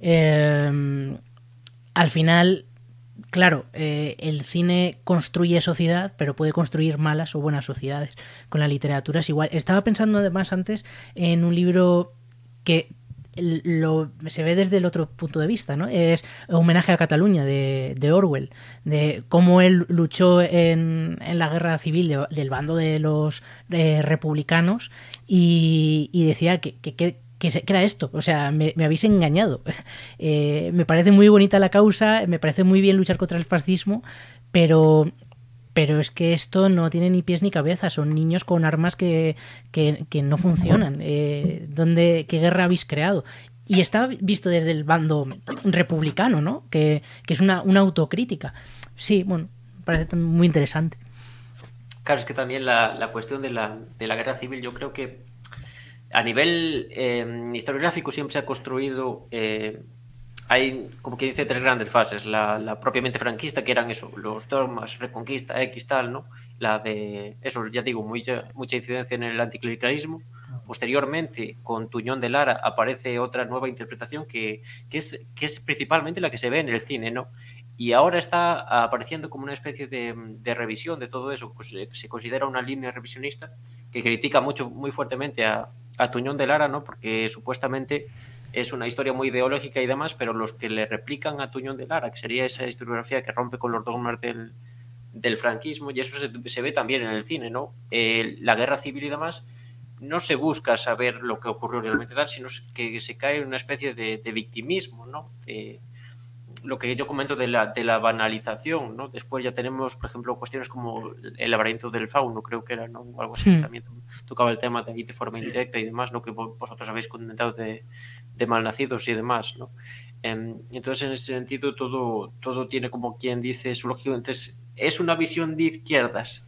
Eh, al final... Claro, eh, el cine construye sociedad, pero puede construir malas o buenas sociedades. Con la literatura es igual. Estaba pensando además antes en un libro que lo, se ve desde el otro punto de vista, ¿no? Es Homenaje a Cataluña, de, de Orwell, de cómo él luchó en, en la guerra civil de, del bando de los eh, republicanos y, y decía que... que, que que era esto, o sea, me, me habéis engañado. Eh, me parece muy bonita la causa, me parece muy bien luchar contra el fascismo, pero, pero es que esto no tiene ni pies ni cabeza, son niños con armas que, que, que no funcionan. Eh, ¿dónde, ¿Qué guerra habéis creado? Y está visto desde el bando republicano, ¿no? Que, que es una, una autocrítica. Sí, bueno, me parece muy interesante. Claro, es que también la, la cuestión de la, de la guerra civil, yo creo que a nivel eh, historiográfico siempre se ha construido, eh, hay como que dice tres grandes fases, la, la propiamente franquista, que eran eso, los dogmas, Reconquista, X, tal, ¿no? La de, eso ya digo, mucha, mucha incidencia en el anticlericalismo. Posteriormente, con Tuñón de Lara, aparece otra nueva interpretación que, que, es, que es principalmente la que se ve en el cine, ¿no? Y ahora está apareciendo como una especie de, de revisión de todo eso, pues se considera una línea revisionista que critica mucho, muy fuertemente a, a Tuñón de Lara, ¿no? Porque supuestamente es una historia muy ideológica y demás, pero los que le replican a Tuñón de Lara, que sería esa historiografía que rompe con los dogmas del, del franquismo, y eso se, se ve también en el cine, ¿no? Eh, la guerra civil y demás, no se busca saber lo que ocurrió realmente tal, sino que se cae en una especie de, de victimismo, ¿no? De, lo que yo comento de la, de la banalización, ¿no? Después ya tenemos, por ejemplo, cuestiones como el laberinto del fauno, creo que era, ¿no? O algo así, Hmm. que también tocaba el tema de ahí de forma Sí. indirecta y demás, lo que vosotros habéis comentado de, de malnacidos y demás, ¿no? Eh, entonces, en ese sentido, todo, todo tiene como quien dice su lógica. Entonces, es una visión de izquierdas,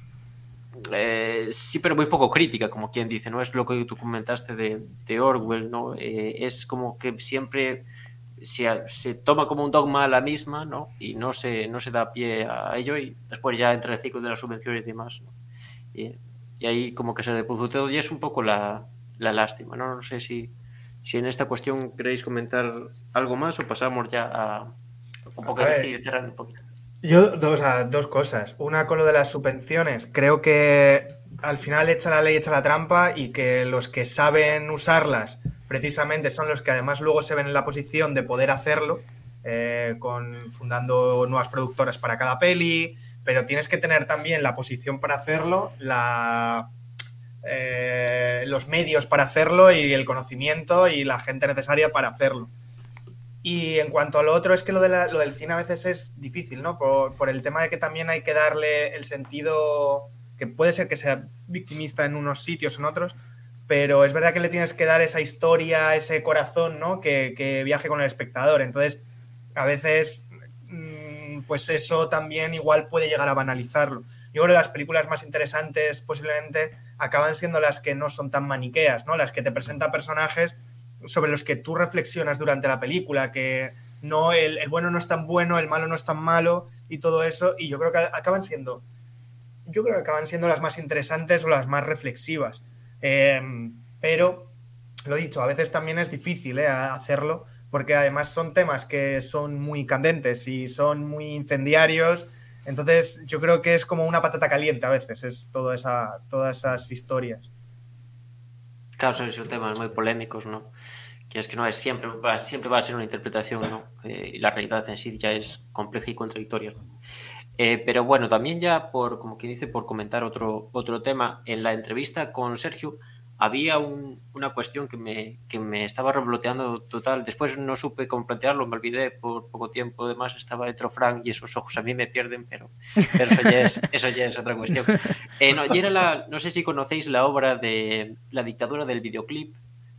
eh, sí, pero muy poco crítica, como quien dice, ¿no? Es lo que tú comentaste de, de Orwell, ¿no? Eh, es como que siempre se, se toma como un dogma a la misma, ¿no? Y no se, no se da pie a ello, y después ya entra el ciclo de las subvenciones y demás, ¿no? Y, y ahí como que se reproduce todo, y es un poco la, la lástima, ¿no? No sé si, si en esta cuestión queréis comentar algo más o pasamos ya a un poco A de ver. decir, cerrar un poquito. Yo, dos, a, dos cosas. Una con lo de las subvenciones. Creo que al final echa la ley, echa la trampa, y que los que saben usarlas precisamente son los que además luego se ven en la posición de poder hacerlo, eh, con, fundando nuevas productoras para cada peli, pero tienes que tener también la posición para hacerlo, la, eh, los medios para hacerlo y el conocimiento y la gente necesaria para hacerlo. Y en cuanto a lo otro, es que lo, de la, lo del cine a veces es difícil, ¿no? Por, por el tema de que también hay que darle el sentido, que puede ser que sea victimista en unos sitios o en otros, pero es verdad que le tienes que dar esa historia, ese corazón, ¿no? Que, que viaje con el espectador. Entonces, a veces, pues eso también igual puede llegar a banalizarlo. Yo creo que las películas más interesantes posiblemente acaban siendo las que no son tan maniqueas, ¿no? Las que te presentan personajes sobre los que tú reflexionas durante la película, que no el, el bueno no es tan bueno, el malo no es tan malo y todo eso, y yo creo que acaban siendo yo creo que acaban siendo las más interesantes o las más reflexivas, eh, pero lo dicho, a veces también es difícil, eh, hacerlo, porque además son temas que son muy candentes y son muy incendiarios, entonces yo creo que es como una patata caliente a veces, es toda esa, todas esas historias. Claro, son temas muy polémicos, ¿no? Que es que no es siempre, va, siempre va a ser una interpretación, ¿no? Eh, y la realidad en sí ya es compleja y contradictoria. Eh, pero bueno, también ya por, como quien dice, por comentar otro, otro tema, en la entrevista con Sergio había un, una cuestión que me, que me estaba revoloteando total. Después no supe cómo plantearlo, me olvidé por poco tiempo. Además estaba dentro Frank y esos ojos a mí me pierden, pero, pero eso, ya es, eso ya es otra cuestión. Eh, no, y era la, no sé si conocéis la obra de La dictadura del videoclip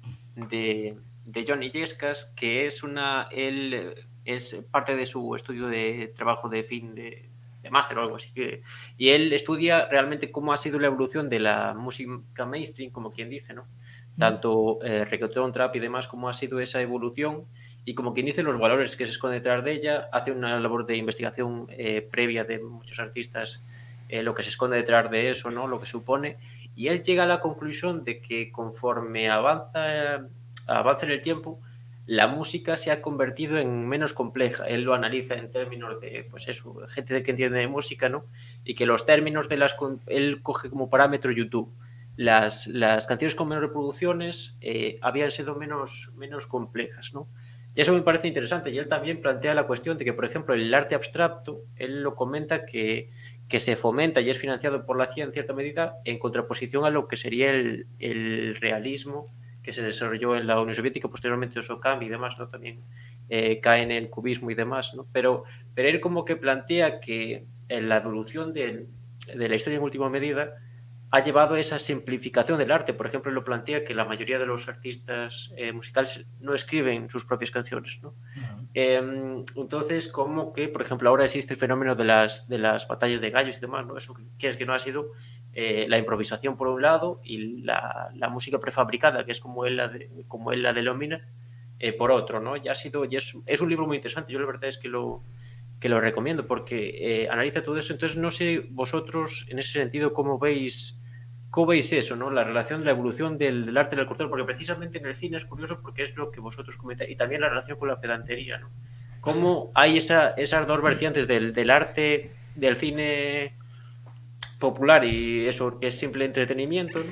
de, de Johnny Illescas, que es una él es parte de su estudio de trabajo de fin de, de máster o algo así, que, y él estudia realmente cómo ha sido la evolución de la música mainstream, como quien dice, ¿no? Tanto eh, reggaeton, trap y demás, cómo ha sido esa evolución, y como quien dice los valores que se esconden detrás de ella. Hace una labor de investigación eh, previa de muchos artistas, eh, lo que se esconde detrás de eso, ¿no? Lo que supone, y él llega a la conclusión de que conforme avanza, avanza en el tiempo, la música se ha convertido en menos compleja. Él lo analiza en términos de, pues eso, gente que entiende de música, ¿no? Y que los términos de las... Él coge como parámetro YouTube. Las, las canciones con menos reproducciones eh, habían sido menos, menos complejas, ¿no? Y eso me parece interesante. Y él también plantea la cuestión de que, por ejemplo, el arte abstracto, él lo comenta que, que se fomenta y es financiado por la C I A en cierta medida, en contraposición a lo que sería el, el realismo que se desarrolló en la Unión Soviética, posteriormente eso cambia y demás, ¿no? También eh, cae en el cubismo y demás, ¿no? Pero, pero él como que plantea que en la evolución de, de la historia en última medida ha llevado a esa simplificación del arte. Por ejemplo, él lo plantea que la mayoría de los artistas eh, musicales no escriben sus propias canciones, ¿no? Uh-huh. Eh, entonces, como que, por ejemplo, ahora existe el fenómeno de las, de las batallas de gallos y demás, ¿no? Eso que es que no ha sido eh, la improvisación por un lado y la, la música prefabricada, que es como él la, de, como él la denomina, eh, por otro, ¿no? Ya ha sido, ya es, es un libro muy interesante. Yo la verdad es que lo, que lo recomiendo porque eh, analiza todo eso. Entonces, no sé vosotros, en ese sentido, cómo veis ¿Cómo veis eso, no? La relación, la evolución del, del arte del cultor, porque precisamente en el cine es curioso porque es lo que vosotros comentáis, y también la relación con la pedantería, ¿no? Cómo hay esa, esas dos vertientes del, del arte, del cine popular y eso que es simple entretenimiento, ¿no?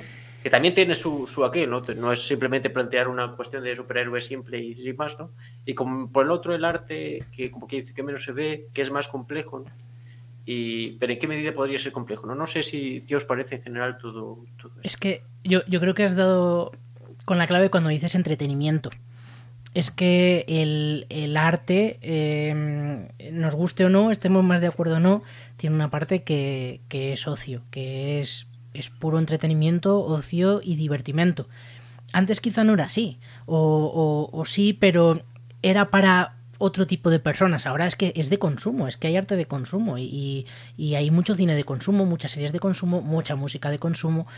que también tiene su, su aquel, ¿no? No es simplemente plantear una cuestión de superhéroe simple y sin más, ¿no? Y como por el otro el arte, que como que dice que menos se ve, que es más complejo, ¿no? Y, pero ¿en qué medida podría ser complejo? No, no sé si ¿qué os parece en general todo, todo esto? Es que yo, yo creo que has dado con la clave cuando dices entretenimiento. Es que el, el arte, eh, nos guste o no, estemos más de acuerdo o no, tiene una parte que, que es ocio, que es, es puro entretenimiento, ocio y divertimento. Antes quizá no era así, o, o, o sí, pero era para otro tipo de personas. Ahora es que es de consumo, es que hay arte de consumo y, y hay mucho cine de consumo, muchas series de consumo, mucha música de consumo.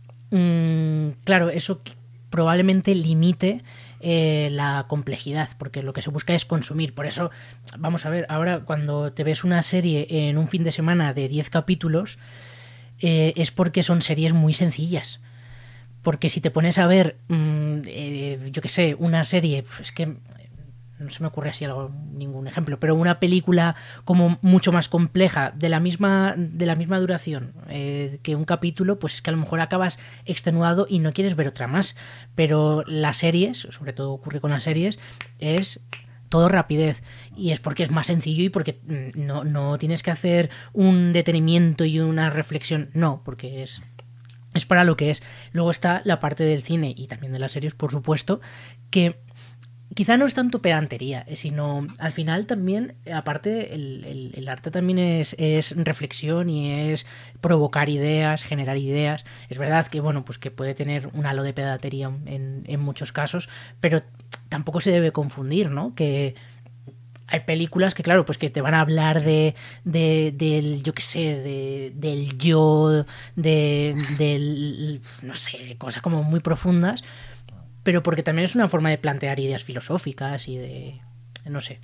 Mm, claro, eso probablemente limite eh, la complejidad, porque lo que se busca es consumir. Por eso, vamos a ver, ahora cuando te ves una serie en un fin de semana de diez capítulos, eh, es porque son series muy sencillas. Porque si te pones a ver, mmm, eh, yo qué sé, una serie, pues es que no se me ocurre así algo, ningún ejemplo, pero una película como mucho más compleja, de la misma, de la misma duración eh, que un capítulo, pues es que a lo mejor acabas extenuado y no quieres ver otra más. Pero las series, sobre todo ocurre con las series, es todo rapidez. Y es porque es más sencillo y porque no, no tienes que hacer un detenimiento y una reflexión. No, porque es... es para lo que es. Luego está la parte del cine y también de las series, por supuesto, que quizá no es tanto pedantería, sino al final también, aparte, el, el, el arte también es, es reflexión y es provocar ideas, generar ideas. Es verdad que, bueno, pues que puede tener un halo de pedantería en, en muchos casos, pero tampoco se debe confundir, ¿no? Que hay películas que, claro, pues que te van a hablar de, de del, yo qué sé, de, del yo, de, del, no sé, cosas como muy profundas, pero porque también es una forma de plantear ideas filosóficas y de, no sé.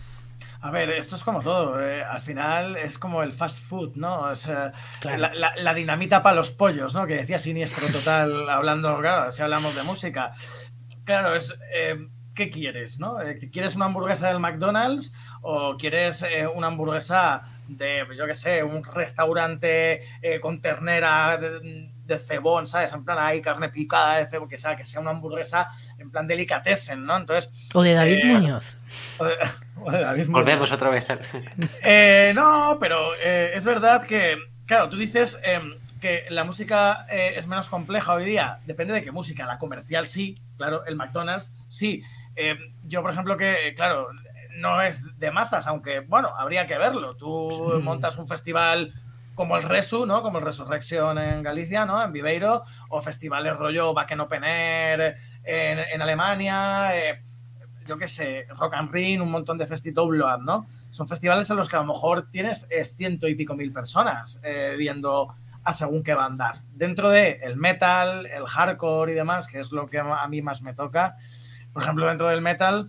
A ver, esto es como todo. Eh, al final es como el fast food, ¿no? O sea, Claro. la, la, la dinamita para los pollos, ¿no? Que decía Siniestro Total, hablando, claro, si hablamos de música. Claro, es... Eh, ¿qué quieres, no? ¿Quieres una hamburguesa del McDonald's o quieres eh, una hamburguesa de, yo qué sé, un restaurante eh, con ternera de, de cebón, ¿sabes? En plan, hay carne picada de cebón, que sea, que sea una hamburguesa en plan delicatessen, ¿no? Entonces... O de David eh, Muñoz. O de, o de David Volvemos Muñoz. otra vez. Eh, no, pero eh, es verdad que, claro, tú dices... Eh, que la música eh, es menos compleja hoy día, depende de qué música. La comercial sí, claro, el McDonald's sí. Eh, yo, por ejemplo, que, claro, no es de masas, aunque, bueno, habría que verlo. Tú sí. montas un festival como el Resu, ¿no? Como el Resurrection en Galicia, ¿no? En Viveiro, o festivales rollo Wacken Open Air en, en Alemania, eh, yo qué sé, Rock and Ring, un montón de festivals, Blood, ¿no? Son festivales en los que a lo mejor tienes eh, ciento y pico mil personas eh, viendo a según qué bandas. Dentro de el metal, el hardcore y demás, que es lo que a mí más me toca, por ejemplo, dentro del metal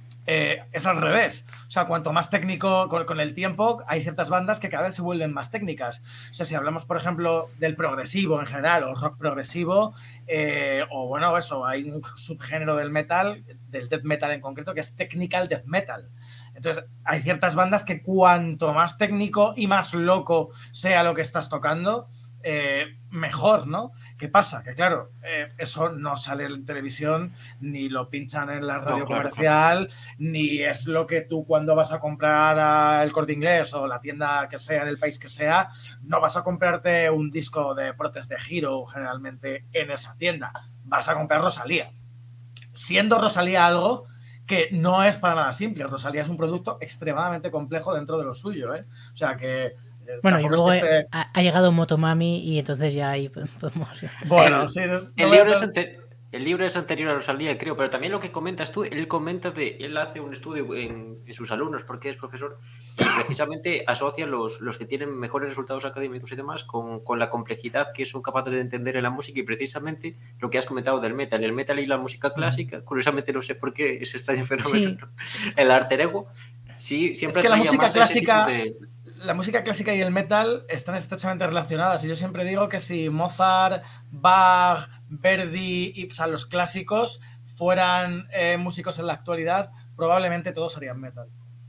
eh, es al revés. O sea, cuanto más técnico con, con el tiempo, hay ciertas bandas que cada vez se vuelven más técnicas. O sea, si hablamos, por ejemplo, del progresivo en general, o rock progresivo, eh, o bueno, eso, hay un subgénero del metal, del death metal en concreto, que es technical death metal. Entonces, hay ciertas bandas que cuanto más técnico y más loco sea lo que estás tocando, Eh, mejor, ¿no? ¿Qué pasa? Que claro, eh, eso no sale en televisión, ni lo pinchan en la radio no, claro, comercial, claro. Ni es lo que tú cuando vas a comprar al Corte Inglés o la tienda que sea, en el país que sea, no vas a comprarte un disco de Protest de Hero generalmente en esa tienda, vas a comprar Rosalía. Siendo Rosalía algo que no es para nada simple, Rosalía es un producto extremadamente complejo dentro de lo suyo, ¿eh? O sea que bueno, y luego es que esté... ha, ha llegado Motomami y entonces ya ahí podemos... Bueno, el, sí, no, el, libro es ante... el libro es anterior a Rosalía, creo, pero también lo que comentas tú, él comenta de... Él hace un estudio en, en sus alumnos, porque es profesor, y precisamente asocia los, los que tienen mejores resultados académicos y demás con, con la complejidad que son capaces de entender en la música, y precisamente lo que has comentado del metal. El metal y la música clásica, curiosamente no sé por qué es extraño fenómeno, sí. El alter ego, sí, siempre es que la música clásica... De... La música clásica y el metal están estrechamente relacionadas y yo siempre digo que si Mozart, Bach, Verdi, Ibsen, los clásicos fueran eh, músicos en la actualidad, probablemente todos harían metal.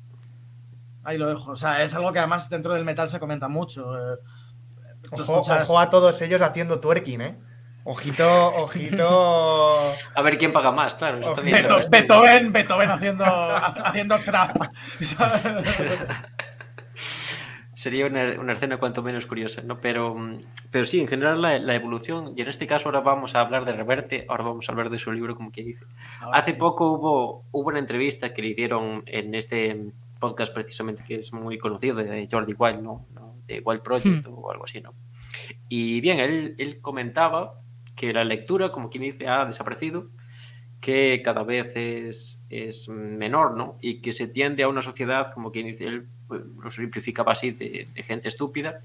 Ahí lo dejo. O sea, es algo que además dentro del metal se comenta mucho. Eh, ojo, escuchas... ojo a todos ellos haciendo twerking, ¿eh? Ojito, ojito. A ver quién paga más, claro. Eso también Beto, Beethoven, Beethoven haciendo, haciendo trap. Sería una, una escena cuanto menos curiosa, ¿no? Pero, pero sí, en general la, la evolución, y en este caso ahora vamos a hablar de Reverte, ahora vamos a hablar de su libro, como que dice. Ahora Hace sí. poco hubo, hubo una entrevista que le hicieron en este podcast precisamente, que es muy conocido, de Jordi Wild, ¿no? ¿no? De Wild Project hmm. o algo así, ¿no? Y bien, él, él comentaba que la lectura, como quien dice, ha desaparecido, que cada vez es, es menor, ¿no? Y que se tiende a una sociedad, como quien dice, él pues, lo simplificaba así, de, de gente estúpida,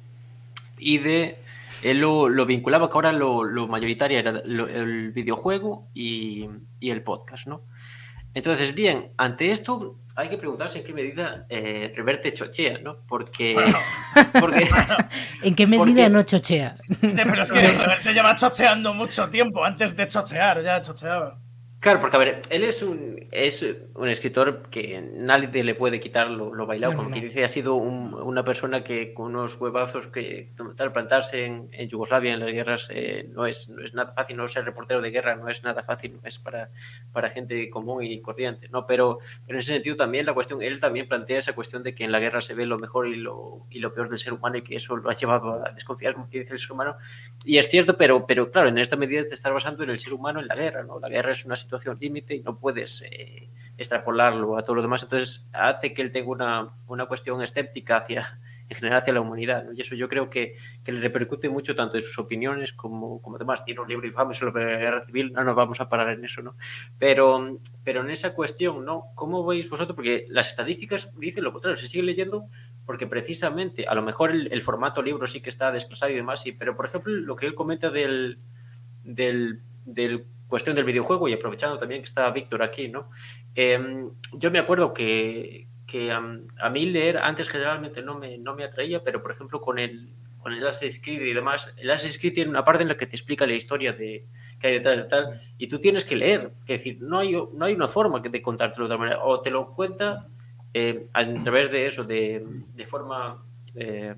y de él lo, lo vinculaba que ahora lo, lo mayoritario era lo, el videojuego y, y el podcast, ¿no? Entonces, bien, ante esto hay que preguntarse en qué medida eh, Reverte chochea, ¿no? Porque... Bueno, porque bueno, ¿en qué medida porque, no chochea? Pero es que Reverte lleva chocheando mucho tiempo, antes de chochear, ya chocheaba. Claro, porque a ver, él es un, es un escritor que nadie le puede quitar lo, lo bailado, no, como no. que dice, ha sido un, una persona que con unos huevazos que tal plantarse en, en Yugoslavia en las guerras eh, no, es, no es nada fácil, no ser reportero de guerra no es nada fácil, no es para, para gente común y corriente, ¿no? Pero, pero en ese sentido también la cuestión, él también plantea esa cuestión de que en la guerra se ve lo mejor y lo, y lo peor del ser humano y que eso lo ha llevado a desconfiar, como que dice el ser humano, y es cierto, pero, pero claro, en esta medida te estás basando en el ser humano en la guerra, ¿no? La guerra es una situación situación límite y no puedes eh, extrapolarlo a todo lo demás, entonces hace que él tenga una, una cuestión escéptica hacia, en general hacia la humanidad, ¿no? Y eso yo creo que, que le repercute mucho tanto en sus opiniones como, como demás. Tiene un libro infame sobre la guerra civil, no nos vamos a parar en eso, ¿no? Pero, pero en esa cuestión, ¿no? ¿Cómo veis vosotros? Porque las estadísticas dicen lo contrario, se sigue leyendo porque precisamente, a lo mejor el, el formato libro sí que está desplazado y demás, sí, pero por ejemplo lo que él comenta del, del, del cuestión del videojuego, y aprovechando también que está Víctor aquí, ¿no? Eh, yo me acuerdo que, que um, a mí leer antes generalmente no me, no me atraía, pero por ejemplo con el, con el Assassin's Creed y demás, el Assassin's Creed tiene una parte en la que te explica la historia de, que hay detrás de tal, y tú tienes que leer, es decir, no hay, no hay una forma de contártelo de otra manera, o te lo cuenta eh, a través de eso, de, de forma eh,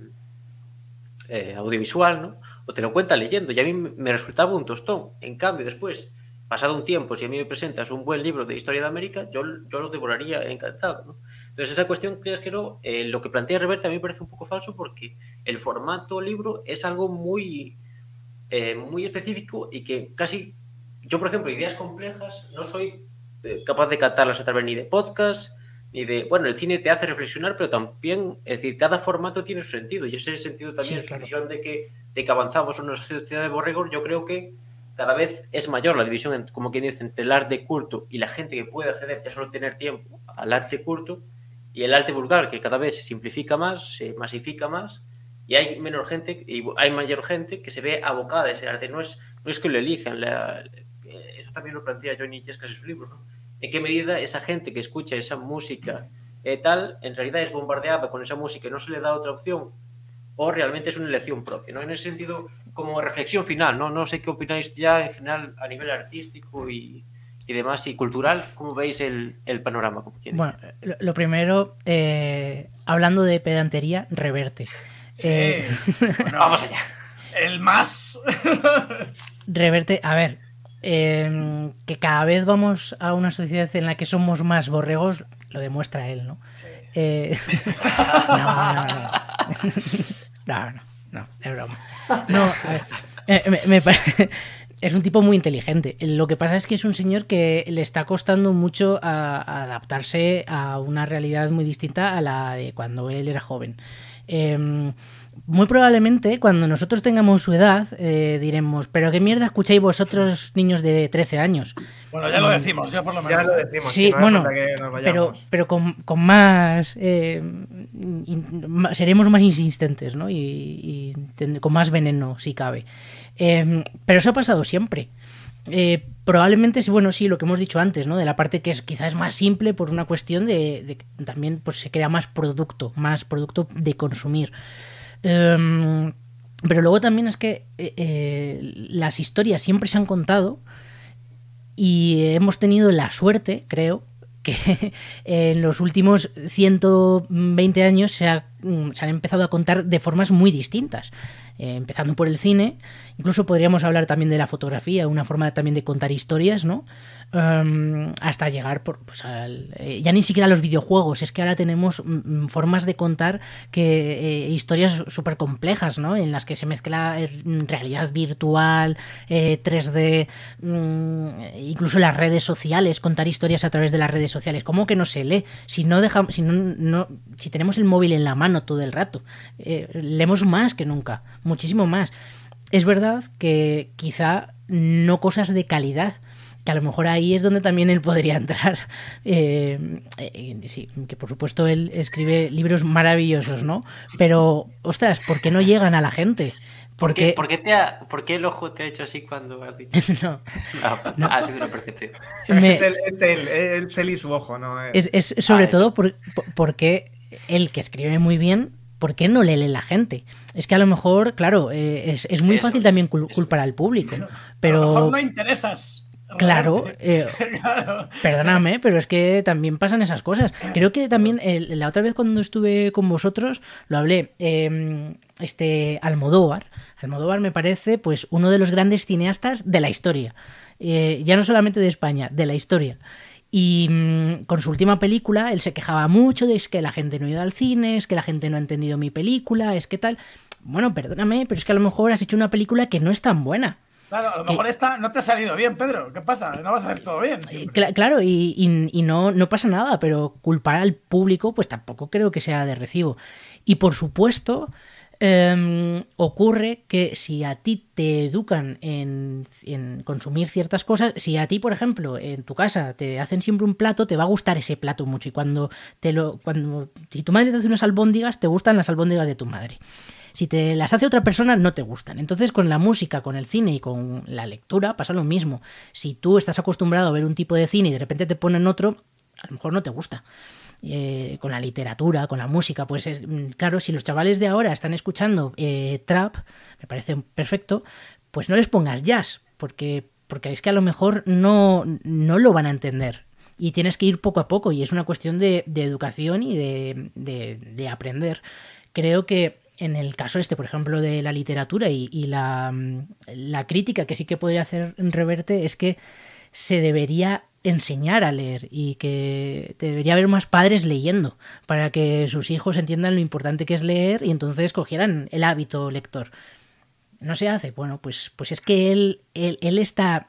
eh, audiovisual, ¿no? O te lo cuenta leyendo, y a mí me resultaba un tostón. En cambio, después, pasado un tiempo, si a mí me presentas un buen libro de historia de América, yo, yo lo devoraría encantado, ¿no? Entonces, esa cuestión, creas que no, eh, lo que plantea Reverte a mí me parece un poco falso, porque el formato libro es algo muy, eh, muy específico y que casi, yo por ejemplo, ideas complejas no soy eh, capaz de captarlas a través ni de podcast, ni de, bueno, el cine te hace reflexionar, pero también, es decir, cada formato tiene su sentido, y ese sentido también, sí, claro. Su visión de que, de que avanzamos en una sociedad de borregos, yo creo que cada vez es mayor la división, como quien dice, entre el arte culto y la gente que puede acceder, ya solo tener tiempo, al arte culto, y el arte vulgar, que cada vez se simplifica más, se masifica más, y hay menos gente, y hay mayor gente que se ve abocada a ese arte. No es, no es que lo elijan, la, eso también lo plantea Johnny Illescas en su libro, ¿no? En qué medida esa gente que escucha esa música eh, tal, en realidad es bombardeada con esa música y no se le da otra opción, o realmente es una elección propia, ¿no? En ese sentido, como reflexión final, ¿no? No sé qué opináis ya en general a nivel artístico y, y demás, y cultural, ¿cómo veis el, el panorama? Como bueno, lo, lo primero, eh, hablando de pedantería, Reverte. Sí, eh, bueno, vamos allá. El más. Reverte, a ver, eh, que cada vez vamos a una sociedad en la que somos más borregos, lo demuestra él, ¿no? Sí. Eh, no, no, no. No, no, no, es broma. No, a ver, eh, me, me parece, es un tipo muy inteligente. Lo que pasa es que es un señor que le está costando mucho a, a adaptarse a una realidad muy distinta a la de cuando él era joven. Eh, muy probablemente cuando nosotros tengamos su edad eh, diremos, pero qué mierda escucháis vosotros niños de trece años. Bueno, ya lo decimos, ya por lo menos. Ya lo decimos. Sí, si no bueno, que nos pero, pero con, con más eh, in, seremos más insistentes, ¿no? Y, y ten, con más veneno si cabe. Eh, pero eso ha pasado siempre. Eh, probablemente, bueno, sí, lo que hemos dicho antes, ¿no? De la parte que es quizás más simple por una cuestión de, de que también pues se crea más producto, más producto de consumir. Um, pero luego también es que eh, eh, las historias siempre se han contado y hemos tenido la suerte, creo, que en los últimos ciento veinte años se ha se han empezado a contar de formas muy distintas. Eh, empezando por el cine, incluso podríamos hablar también de la fotografía, una forma también de contar historias, ¿no? Um, hasta llegar por, pues, al, eh, ya ni siquiera a los videojuegos, es que ahora tenemos mm, formas de contar que eh, historias súper complejas, ¿no? En las que se mezcla eh, realidad virtual, eh, tres D, mm, incluso las redes sociales, contar historias a través de las redes sociales. ¿Cómo que no se lee? Si no dejamos, si no, no, si tenemos el móvil en la mano todo el rato, eh, leemos más que nunca, muchísimo más. Es verdad que quizá no cosas de calidad, que a lo mejor ahí es donde también él podría entrar. Eh, eh, sí, que por supuesto él escribe libros maravillosos, ¿no? Pero, ostras, ¿por qué no llegan a la gente? ¿Por Porque... qué, ¿por qué, te ha, ¿Por qué el ojo te ha hecho así cuando has dicho? no, no, no. Ha sido una percepción. Me... Es, él, es, él, es él y su ojo, ¿no? Es, es sobre ah, todo por, por, porque él, que escribe muy bien, ¿por qué no le lee la gente? Es que a lo mejor, claro, eh, es, es muy eso, fácil también cul culpar al público, pero... A lo mejor no interesas. Claro, eh, claro, perdóname, pero es que también pasan esas cosas. Creo que también eh, la otra vez cuando estuve con vosotros lo hablé. Eh, este Almodóvar, Almodóvar me parece pues uno de los grandes cineastas de la historia, eh, ya no solamente de España, de la historia. Y mmm, con su última película él se quejaba mucho de es que la gente no ha ido al cine, es que la gente no ha entendido mi película, es que tal. Bueno, perdóname, pero es que a lo mejor has hecho una película que no es tan buena. Claro, a lo mejor esta no te ha salido bien, Pedro. ¿Qué pasa? No vas a hacer todo bien. Cl claro, y, y, y no, no pasa nada, pero culpar al público, pues tampoco creo que sea de recibo. Y por supuesto, eh, ocurre que si a ti te educan en, en consumir ciertas cosas, si a ti, por ejemplo, en tu casa te hacen siempre un plato, te va a gustar ese plato mucho. Y cuando te lo, cuando, si tu madre te hace unas albóndigas, te gustan las albóndigas de tu madre. Si te las hace otra persona, no te gustan. Entonces, con la música, con el cine y con la lectura pasa lo mismo. Si tú estás acostumbrado a ver un tipo de cine y de repente te ponen otro, a lo mejor no te gusta. Eh, con la literatura, con la música, pues es, claro, si los chavales de ahora están escuchando eh, trap, me parece perfecto, pues no les pongas jazz, porque, porque es que a lo mejor no, no lo van a entender. Y tienes que ir poco a poco, y es una cuestión de, de educación y de, de, de aprender. Creo que en el caso este, por ejemplo, de la literatura y, y la, la crítica que sí que podría hacer Reverte es que se debería enseñar a leer y que debería haber más padres leyendo para que sus hijos entiendan lo importante que es leer y entonces cogieran el hábito lector. No se hace. Bueno, pues, pues es que él, él, él está...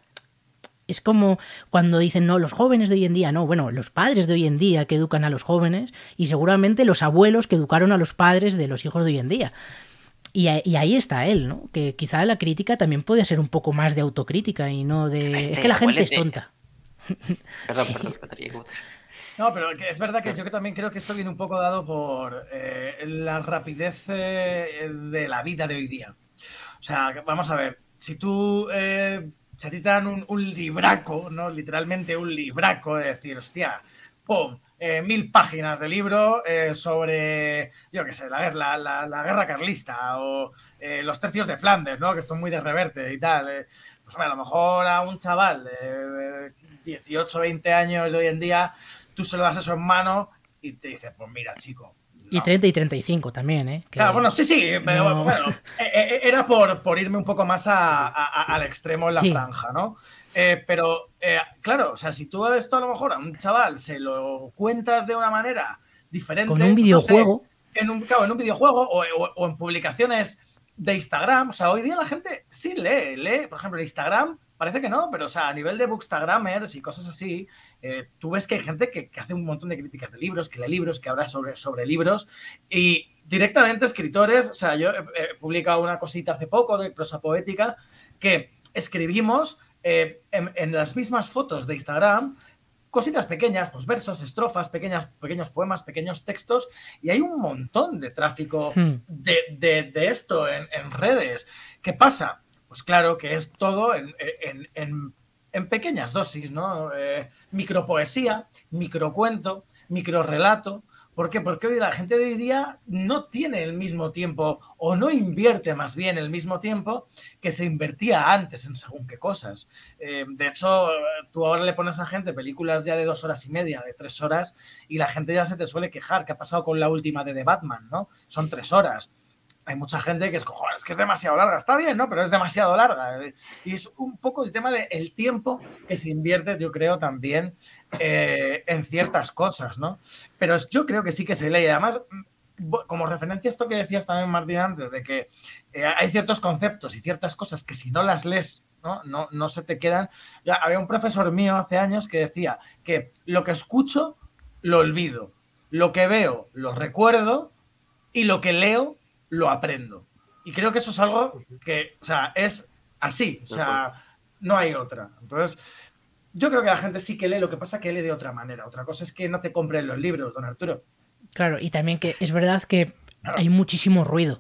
Es como cuando dicen, no, los jóvenes de hoy en día, no, bueno, los padres de hoy en día que educan a los jóvenes y seguramente los abuelos que educaron a los padres de los hijos de hoy en día. Y, y ahí está él, ¿no? Que quizá la crítica también puede ser un poco más de autocrítica y no de... Este, es que la gente es tonta. Perdón, sí. perdón, Patrick. No, pero es verdad que yo que también creo que esto viene un poco dado por eh, la rapidez eh, de la vida de hoy día. O sea, vamos a ver, si tú... Eh, se te dan un, un libraco, ¿no? Literalmente un libraco de decir, hostia, ¡pum! Eh, mil páginas de libro eh, sobre, yo qué sé, la, la, la, la guerra carlista o eh, los tercios de Flandes, ¿no? Que esto es muy de Reverte y tal. Eh, pues bueno, a lo mejor a un chaval de dieciocho, veinte años de hoy en día, tú se lo das eso en mano y te dice, pues mira, chico. No. Y treinta y treinta y cinco también, ¿eh? Que... Claro, bueno, sí, sí, pero no... bueno, eh, era por, por irme un poco más a, a, al extremo en la sí. franja, ¿no? Eh, pero, eh, claro, o sea, si tú esto a lo mejor a un chaval se lo cuentas de una manera diferente... Con un videojuego. No sé, en un, claro, en un videojuego o, o, o en publicaciones de Instagram, o sea, hoy día la gente sí lee, lee, por ejemplo, en Instagram... Parece que no, pero o sea, a nivel de bookstagrammers y cosas así, eh, tú ves que hay gente que, que hace un montón de críticas de libros, que lee libros, que habla sobre, sobre libros y directamente escritores, o sea, yo he, he publicado una cosita hace poco de prosa poética que escribimos eh, en, en las mismas fotos de Instagram cositas pequeñas, pues versos, estrofas, pequeñas, pequeños poemas, pequeños textos y hay un montón de tráfico hmm. de, de, de esto en, en redes. ¿Qué pasa? Pues claro que es todo en, en, en, en pequeñas dosis, ¿no? Eh, micropoesía, microcuento, microrelato, ¿Por qué? Porque hoy la gente de hoy día no tiene el mismo tiempo o no invierte más bien el mismo tiempo que se invertía antes en según qué cosas. Eh, de hecho, tú ahora le pones a gente películas ya de dos horas y media, de tres horas, y la gente ya se te suele quejar. ¿Qué ha pasado con la última de The Batman, no? Son tres horas. Hay mucha gente que es, joder, es que es demasiado larga. Está bien, ¿no? Pero es demasiado larga. Y es un poco el tema del tiempo que se invierte, yo creo, también eh, en ciertas cosas, ¿no? Pero yo creo que sí que se lee. Además, como referencia a esto que decías también, Martín, antes, de que eh, hay ciertos conceptos y ciertas cosas que si no las lees, ¿no? No, no se te quedan. Ya, había un profesor mío hace años que decía que lo que escucho lo olvido, lo que veo lo recuerdo y lo que leo lo aprendo. Y creo que eso es algo que, o sea, es así, o sea, no hay otra. Entonces, yo creo que la gente sí que lee, lo que pasa es que lee de otra manera. Otra cosa es que no te compren los libros, don Arturo. Claro, y también que es verdad que hay muchísimo ruido.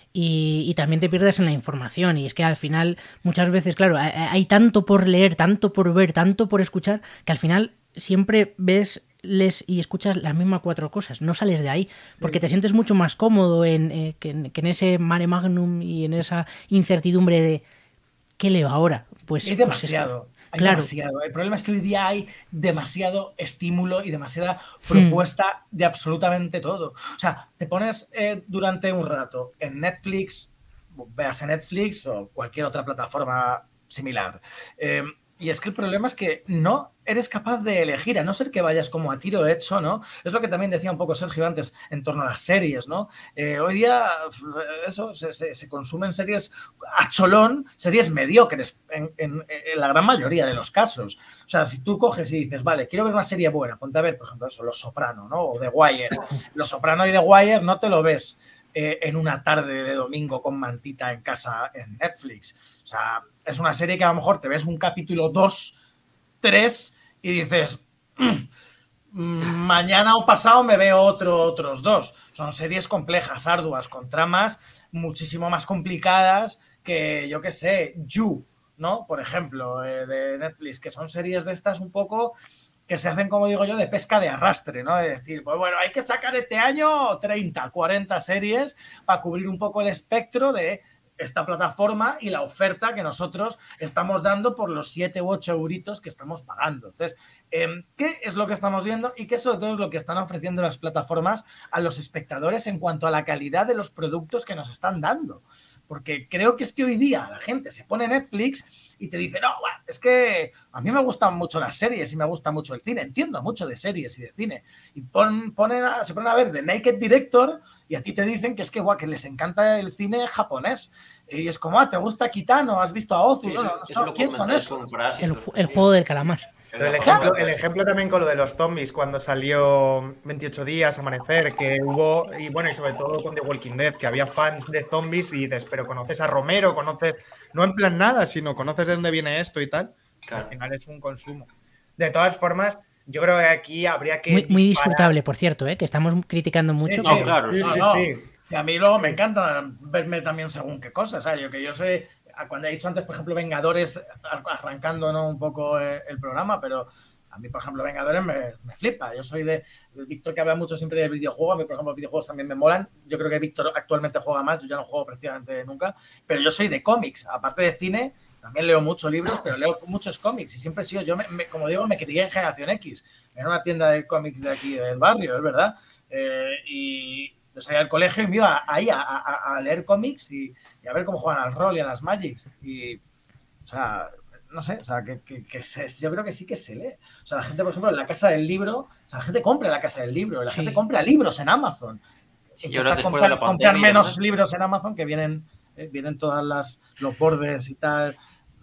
Y, y también te pierdes en la información. Y es que al final, muchas veces, claro, hay, hay tanto por leer, tanto por ver, tanto por escuchar, que al final siempre ves, lees y escuchas las mismas cuatro cosas. No sales de ahí, porque te sientes mucho más cómodo en, eh, que, en, que en ese mare magnum y en esa incertidumbre de ¿qué leo ahora? Pues es demasiado. Pues es, hay claro. demasiado. El problema es que hoy día hay demasiado estímulo y demasiada propuesta hmm. de absolutamente todo. O sea, te pones eh, durante un rato en Netflix, veas en Netflix o cualquier otra plataforma similar. Eh, Y es que el problema es que no eres capaz de elegir, a no ser que vayas como a tiro hecho, ¿no? Es lo que también decía un poco Sergio antes en torno a las series, ¿no? Eh, hoy día, eso, se, se, se consumen series a cholón, series mediocres en, en, en la gran mayoría de los casos. O sea, si tú coges y dices, vale, quiero ver una serie buena, ponte a ver, por ejemplo, eso, Los Soprano, ¿no? O The Wire. Los Soprano y The Wire no te lo ves eh, en una tarde de domingo con mantita en casa en Netflix. O sea, es una serie que a lo mejor te ves un capítulo dos, tres y dices, mmm, mañana o pasado me veo otro, otros dos. Son series complejas, arduas, con tramas muchísimo más complicadas que, yo qué sé, You, ¿no? Por ejemplo, eh, de Netflix, que son series de estas un poco que se hacen, como digo yo, de pesca de arrastre, ¿no? De decir, pues bueno, hay que sacar este año treinta, cuarenta series para cubrir un poco el espectro de esta plataforma y la oferta que nosotros estamos dando por los siete u ocho euritos que estamos pagando. Entonces, eh, ¿qué es lo que estamos viendo? Y qué sobre todo es lo que están ofreciendo las plataformas a los espectadores en cuanto a la calidad de los productos que nos están dando. Porque creo que es que hoy día la gente se pone Netflix y te dice, no, bueno, es que a mí me gustan mucho las series y me gusta mucho el cine, entiendo mucho de series y de cine. Y pon, ponen a, se ponen a ver The Naked Director y a ti te dicen que es que, guau, que les encanta el cine japonés. Y es como, ah, ¿te gusta Kitano? ¿Has visto a Ozu? Sí, eso, no, no, eso no, ¿quién son esos? El, el juego del calamar. Pero el, ejemplo, el ejemplo también con lo de los zombies, cuando salió veintiocho días, Amanecer, que hubo, y bueno, y sobre todo con The Walking Dead, que había fans de zombies y dices, pero conoces a Romero, conoces, no en plan nada, sino conoces de dónde viene esto y tal. Claro. Al final es un consumo. De todas formas, yo creo que aquí habría que... Muy, muy disfrutable, por cierto, ¿eh? Que estamos criticando mucho. Sí, sí, no, claro, sí, sí, sí, no. sí. Y a mí luego me encanta verme también según qué cosas, ¿sabes? Yo que yo sé, cuando he dicho antes, por ejemplo, Vengadores, arrancando, ¿no?, un poco el programa, pero a mí, por ejemplo, Vengadores me, me flipa. Yo soy de, de Víctor, que habla mucho siempre del videojuego. A mí, por ejemplo, los videojuegos también me molan. Yo creo que Víctor actualmente juega más. Yo ya no juego prácticamente nunca. Pero yo soy de cómics. Aparte de cine, también leo muchos libros, pero leo muchos cómics. Y siempre he sido, yo, me, me, como digo, me crié en Generación X. En una tienda de cómics de aquí del barrio, es verdad. Eh, y yo salía al colegio y me iba ahí a, a, a leer cómics y, y a ver cómo juegan al rol y a las Magics. Y, o sea... no sé, o sea, que, que, que se, yo creo que sí que se lee. O sea, la gente, por ejemplo, en la Casa del Libro, o sea, la gente compra en la Casa del Libro, la sí. gente compra libros en Amazon. Sí, y ahora después comprar, de la pandemia, comprar menos ¿no? libros en Amazon, que vienen, eh, vienen todas las los bordes y tal.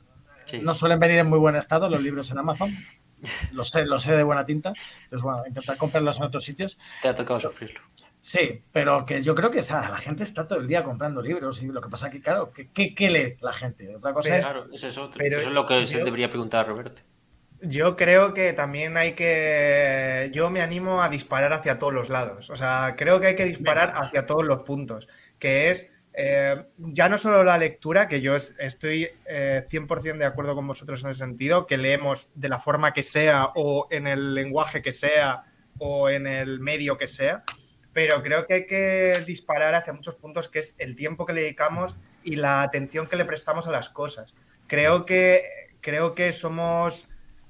Sí. No suelen venir en muy buen estado los libros en Amazon. Lo sé, lo sé de buena tinta. Entonces, bueno, intentar comprarlos en otros sitios. Te ha tocado sufrirlo. Sí, pero que yo creo que o sea, la gente está todo el día comprando libros y lo que pasa es que, claro, ¿qué, qué, qué lee la gente? Otra cosa pero, es... Claro, eso es otro. Pero eso es lo que yo, se debería preguntar a Roberto. Yo creo que también hay que... Yo me animo a disparar hacia todos los lados. O sea, creo que hay que disparar hacia todos los puntos. Que es eh, ya no solo la lectura, que yo estoy eh, cien por ciento de acuerdo con vosotros en ese sentido, que leemos de la forma que sea o en el lenguaje que sea o en el medio que sea. pero creo que hay que disparar hacia muchos puntos, que es el tiempo que le dedicamos y la atención que le prestamos a las cosas. Creo que, creo que somos...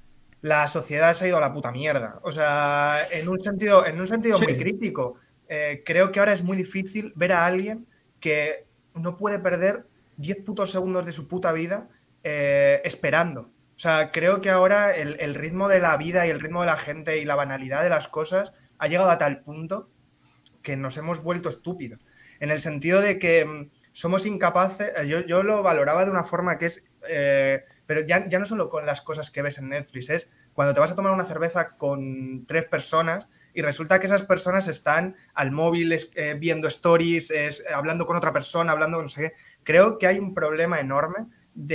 La sociedad se ha ido a la puta mierda. O sea, en un sentido, en un sentido sí. muy crítico. Eh, creo que ahora es muy difícil ver a alguien que no puede perder diez putos segundos de su puta vida eh, esperando. O sea, creo que ahora el, el ritmo de la vida y el ritmo de la gente y la banalidad de las cosas ha llegado a tal punto que nos hemos vuelto estúpidos. En el sentido de que mmm, somos incapaces... Yo, yo lo valoraba de una forma que es... Eh, pero ya, ya no solo con las cosas que ves en Netflix, es cuando te vas a tomar una cerveza con tres personas y resulta que esas personas están al móvil eh, viendo stories, es, hablando con otra persona, hablando con no sé qué. Creo que hay un problema enorme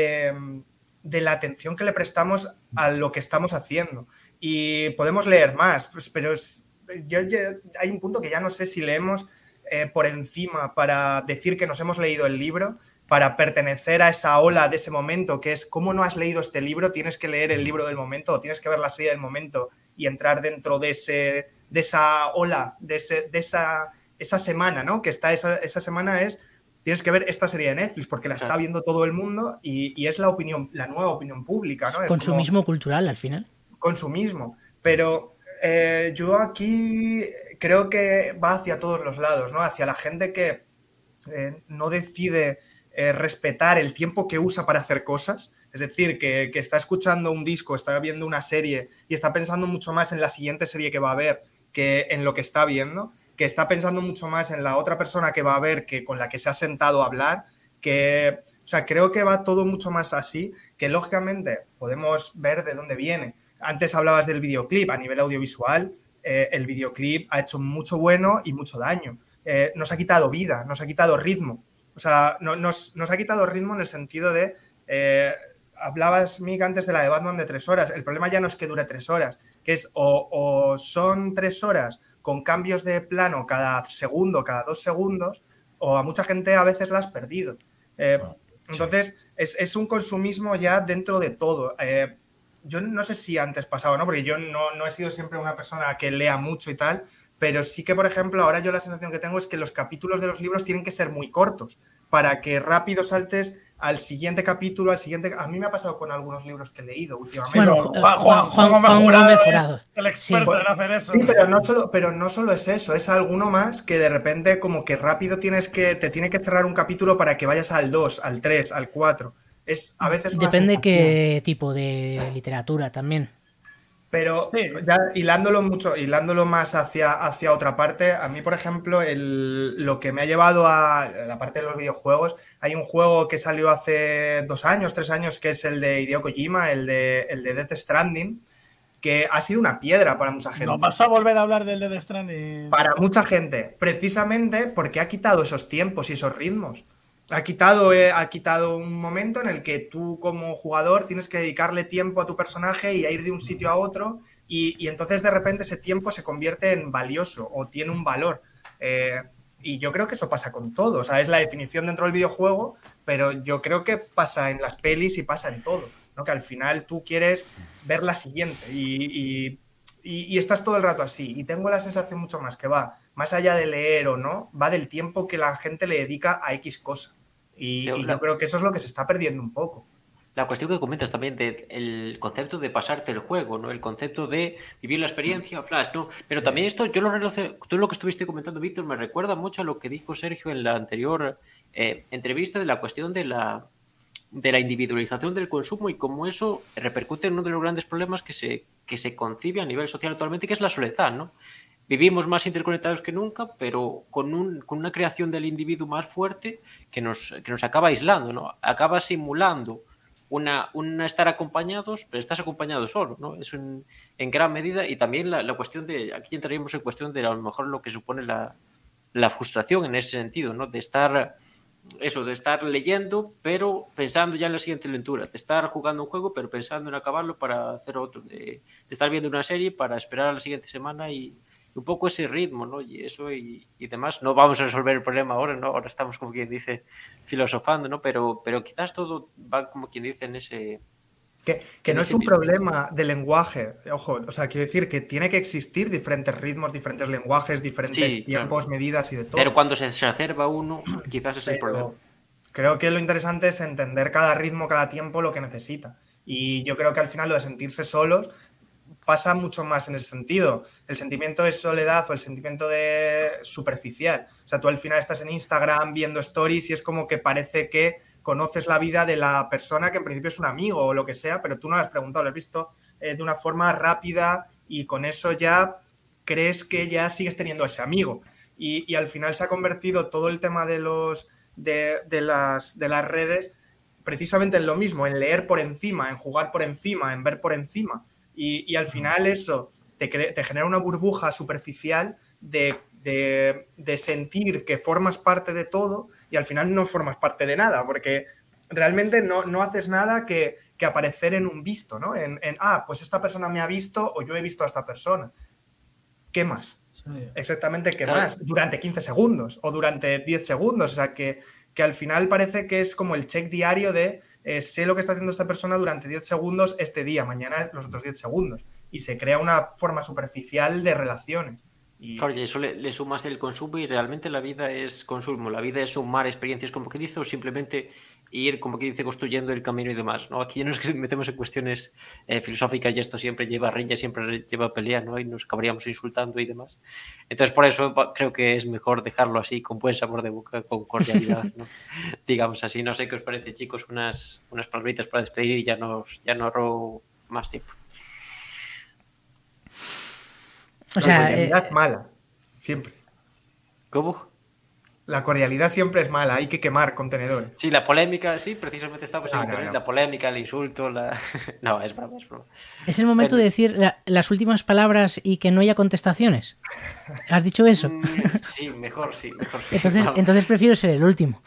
de, de la atención que le prestamos a lo que estamos haciendo. Y podemos leer más, pues, pero es, yo, yo, hay un punto que ya no sé si leemos eh, por encima para decir que nos hemos leído el libro, para pertenecer a esa ola de ese momento, que es ¿cómo no has leído este libro? Tienes que leer el libro del momento o tienes que ver la serie del momento y entrar dentro de, ese, de esa ola, de, ese, de esa, esa semana, ¿no? Que está esa, esa semana es, tienes que ver esta serie de Netflix porque la está viendo todo el mundo y, y es la opinión, la nueva opinión pública, ¿no? Es consumismo como, cultural al final. Consumismo, pero eh, yo aquí creo que va hacia todos los lados, ¿no? Hacia la gente que eh, no decide... Eh, respetar el tiempo que usa para hacer cosas, es decir, que, que está escuchando un disco, está viendo una serie y está pensando mucho más en la siguiente serie que va a ver que en lo que está viendo, que está pensando mucho más en la otra persona que va a ver que con la que se ha sentado a hablar, que, o sea, creo que va todo mucho más así, que lógicamente podemos ver de dónde viene. Antes hablabas del videoclip, a nivel audiovisual, eh, el videoclip ha hecho mucho bueno y mucho daño. Eh, nos ha quitado vida, nos ha quitado ritmo. O sea, no, nos, nos ha quitado ritmo en el sentido de... Eh, hablabas, Mick, antes de la de Batman de tres horas. El problema ya no es que dure tres horas, que es o, o son tres horas con cambios de plano cada segundo, cada dos segundos, o a mucha gente a veces la has perdido. Eh, entonces, es, es un consumismo ya dentro de todo. Eh, yo no sé si antes pasaba, ¿no? Porque yo no, no he sido siempre una persona que lea mucho y tal, pero sí que, por ejemplo, ahora yo la sensación que tengo es que los capítulos de los libros tienen que ser muy cortos para que rápido saltes al siguiente capítulo, al siguiente... A mí me ha pasado con algunos libros que he leído últimamente. Bueno, Juan, Juan, Juan, Juan, Juan Gómez Jurado es el experto sí. en hacer eso. Sí, pero no, solo, pero no solo es eso, es alguno más que de repente como que rápido tienes que... Te tiene que cerrar un capítulo para que vayas al dos, al tres, al cuatro. Es a veces una Depende sensación. Qué tipo de literatura también. Pero sí. ya hilándolo mucho, hilándolo más hacia, hacia otra parte, a mí, por ejemplo, el, lo que me ha llevado a la parte de los videojuegos, hay un juego que salió hace dos años, tres años, que es el de Hideo Kojima, el de, el de Death Stranding, que ha sido una piedra para mucha gente. ¿No vas a volver a hablar del Death Stranding? Para mucha gente, precisamente porque ha quitado esos tiempos y esos ritmos. Ha quitado, eh, ha quitado un momento en el que tú como jugador tienes que dedicarle tiempo a tu personaje y a ir de un sitio a otro y, y entonces de repente ese tiempo se convierte en valioso o tiene un valor. Eh, y yo creo que eso pasa con todo. O sea, es la definición dentro del videojuego, pero yo creo que pasa en las pelis y pasa en todo, ¿no? Que al final tú quieres ver la siguiente y, y, y, y estás todo el rato así. Y tengo la sensación mucho más que va, más allá de leer o no, va del tiempo que la gente le dedica a X cosa. Y, y yo creo que eso es lo que se está perdiendo un poco. La cuestión que comentas también del concepto de pasarte el juego, ¿no? El concepto de vivir la experiencia, flash, ¿no? Pero sí. También esto, yo lo relaciono, tú lo que estuviste comentando, Víctor, me recuerda mucho a lo que dijo Sergio en la anterior eh, entrevista de la cuestión de la, de la individualización del consumo y cómo eso repercute en uno de los grandes problemas que se, que se concibe a nivel social actualmente, que es la soledad, ¿no? Vivimos más interconectados que nunca, pero con, un, con una creación del individuo más fuerte que nos, que nos acaba aislando, ¿no? Acaba simulando una, una estar acompañados, pero estás acompañado solo, ¿no? Eso en, en gran medida. Y también la, la cuestión de, aquí entraríamos en cuestión de a lo mejor lo que supone la, la frustración en ese sentido, ¿no? De estar, eso, de estar leyendo, pero pensando ya en la siguiente lectura, de estar jugando un juego, pero pensando en acabarlo para hacer otro, de, de estar viendo una serie para esperar a la siguiente semana y un poco ese ritmo, ¿no? Y eso y, y demás. No vamos a resolver el problema ahora, ¿no? Ahora estamos, como quien dice, filosofando, ¿no? Pero, pero quizás todo va, como quien dice, en ese, Que, que no es un problema de lenguaje, ojo, o sea, quiero decir que tiene que existir diferentes ritmos, diferentes lenguajes, diferentes sí, tiempos, claro. medidas y de todo. Pero cuando se exacerba uno, quizás es Pero el problema. Creo que lo interesante es entender cada ritmo, cada tiempo, lo que necesita. Y yo creo que al final lo de sentirse solos pasa mucho más en ese sentido. El sentimiento de soledad o el sentimiento de superficial. O sea, tú al final estás en Instagram viendo stories y es como que parece que conoces la vida de la persona que en principio es un amigo o lo que sea, pero tú no lo has preguntado, lo has visto eh, de una forma rápida y con eso ya crees que ya sigues teniendo a ese amigo. Y, y al final se ha convertido todo el tema de, los, de, de, las, de las redes precisamente en lo mismo, en leer por encima, en jugar por encima, en ver por encima. Y, y al final eso te, cre- te genera una burbuja superficial de, de, de sentir que formas parte de todo y al final no formas parte de nada, porque realmente no, no haces nada que, que aparecer en un visto, ¿no? En, en, ah, pues esta persona me ha visto o yo he visto a esta persona. ¿Qué más? Sí. Exactamente, ¿qué claro. más? Durante quince segundos o durante diez segundos. O sea, que, que al final parece que es como el check diario de eh, sé lo que está haciendo esta persona durante diez segundos este día, mañana los otros diez segundos. Y se crea una forma superficial de relaciones. Y... Claro, y eso le, le sumas el consumo y realmente la vida es consumo, la vida es sumar experiencias, como que dice, o simplemente ir, como que dice, construyendo el camino y demás, ¿no? Aquí no es que metemos en cuestiones eh, filosóficas y esto siempre lleva riña, siempre lleva pelea, ¿no? Y nos acabaríamos insultando y demás. Entonces, por eso creo que es mejor dejarlo así, con buen sabor de boca, con cordialidad, ¿no? Digamos así. No sé qué os parece, chicos, unas, unas palabritas para despedir y ya no, ya no robo más tiempo. O sea, la cordialidad eh, es mala, siempre. ¿Cómo? La cordialidad siempre es mala, hay que quemar contenedores. Sí, la polémica, sí, precisamente estamos no, en no, no. La polémica, el insulto, la... No, es broma, es broma. Es el momento el... de decir la, las últimas palabras y que no haya contestaciones. ¿Has dicho eso? Sí, mejor sí, mejor sí. Entonces, entonces prefiero ser el último.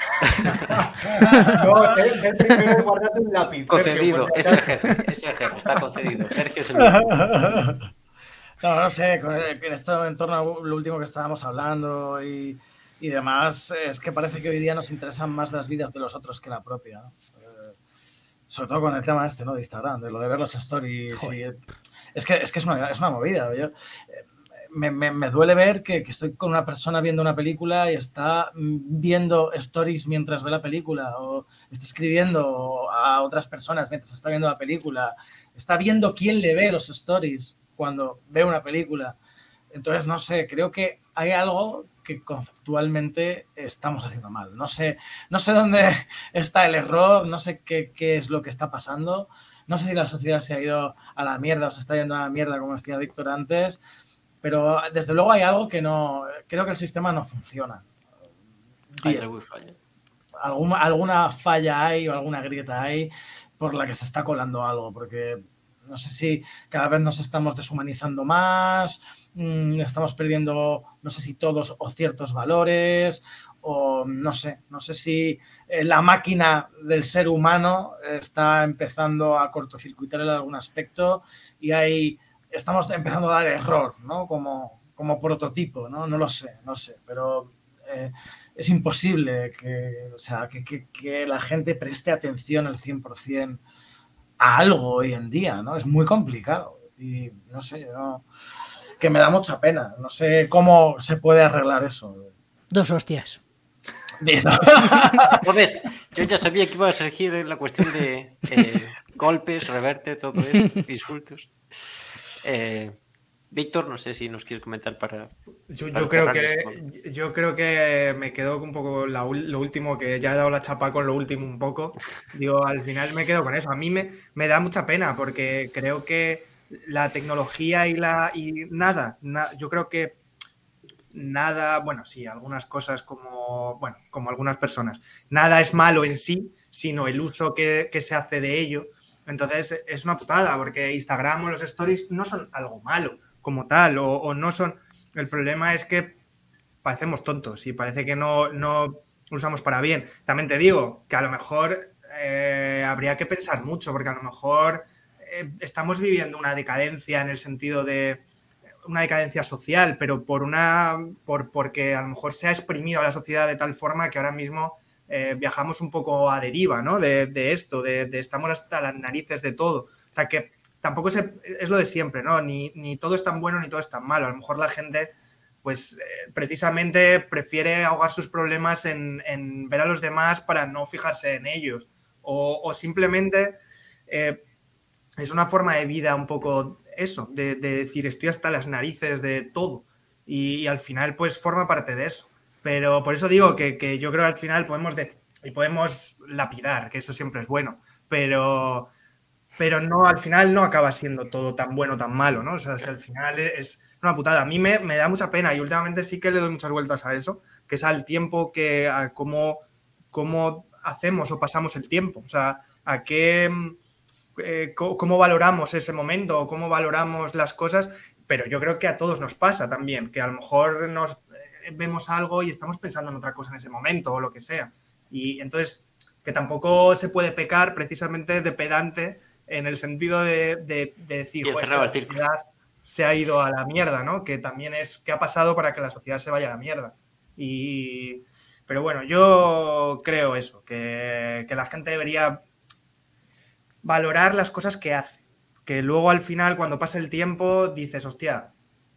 No, ser, ser primero y guardarte un lápiz. Concedido, Sergio, es el jefe, es el jefe, está concedido. Sergio es el último. No, no sé, en esto en torno a lo último que estábamos hablando y, y demás, es que parece que hoy día nos interesan más las vidas de los otros que la propia, ¿no? Eh, sobre todo con el tema este, ¿no? De Instagram, de lo de ver los stories. Y, es que, es, que es, una, es una movida. Yo, eh, me, me, me duele ver que, que estoy con una persona viendo una película y está viendo stories mientras ve la película, o está escribiendo a otras personas mientras está viendo la película, está viendo quién le ve los stories cuando ve una película. Entonces, no sé, creo que hay algo que conceptualmente estamos haciendo mal. No sé, no sé dónde está el error, no sé qué, qué es lo que está pasando, no sé si la sociedad se ha ido a la mierda o se está yendo a la mierda, como decía Víctor antes, pero desde luego hay algo que no... Creo que el sistema no funciona. Hay alguna falla. Alguna, alguna falla hay o alguna grieta hay por la que se está colando algo, porque... No sé si cada vez nos estamos deshumanizando más, mmm, estamos perdiendo, no sé si todos o ciertos valores, o no sé, no sé si eh, la máquina del ser humano está empezando a cortocircuitar en algún aspecto y ahí estamos empezando a dar error, ¿no? Como, como prototipo, ¿no? No lo sé, no sé, pero eh, es imposible que, o sea, que, que, que la gente preste atención al cien por ciento a algo hoy en día, ¿no? Es muy complicado y no sé, no, que me da mucha pena. No sé cómo se puede arreglar eso. Dos hostias. Entonces, yo ya sabía que iba a surgir la cuestión de eh, golpes, reverte, todo eso, insultos. Eh, Víctor, no sé si nos quieres comentar para... Yo, para yo, creo que, yo creo que me quedo un poco la, lo último, que ya he dado la chapa con lo último un poco. Digo, al final me quedo con eso. A mí me, me da mucha pena porque creo que la tecnología y la y nada, na, yo creo que nada, bueno, sí, algunas cosas como, bueno, como algunas personas, nada es malo en sí, sino el uso que, que se hace de ello. Entonces es una putada porque Instagram o los stories no son algo malo como tal, o, o no son... El problema es que parecemos tontos y parece que no, no lo usamos para bien. También te digo que a lo mejor eh, habría que pensar mucho, porque a lo mejor eh, estamos viviendo una decadencia en el sentido de una decadencia social, pero por una por porque a lo mejor se ha exprimido a la sociedad de tal forma que ahora mismo eh, viajamos un poco a deriva, ¿no? De, de esto, de, de estamos hasta las narices de todo. O sea, que tampoco se, es lo de siempre, ¿no? Ni, ni todo es tan bueno ni todo es tan malo. A lo mejor la gente, pues, eh, precisamente prefiere ahogar sus problemas en, en ver a los demás para no fijarse en ellos. O, o simplemente eh, es una forma de vida un poco eso, de, de decir estoy hasta las narices de todo. Y, y al final, pues, forma parte de eso. Pero por eso digo que, que yo creo que al final podemos decir, y podemos lapidar, que eso siempre es bueno, pero, pero no, al final no acaba siendo todo tan bueno, tan malo, ¿no? O sea, si al final es una putada. A mí me, me da mucha pena y últimamente sí que le doy muchas vueltas a eso, que es al tiempo que, a cómo, cómo hacemos o pasamos el tiempo, o sea, a qué, eh, cómo valoramos ese momento o cómo valoramos las cosas, pero yo creo que a todos nos pasa también, que a lo mejor nos vemos algo y estamos pensando en otra cosa en ese momento o lo que sea. Y entonces, que tampoco se puede pecar precisamente de pedante en el sentido de, de, de decir, pues la sociedad se ha ido a la mierda, ¿no? Que también es qué ha pasado para que la sociedad se vaya a la mierda. Y, pero bueno, yo creo eso, que, que la gente debería valorar las cosas que hace. Que luego al final, cuando pasa el tiempo, dices, hostia,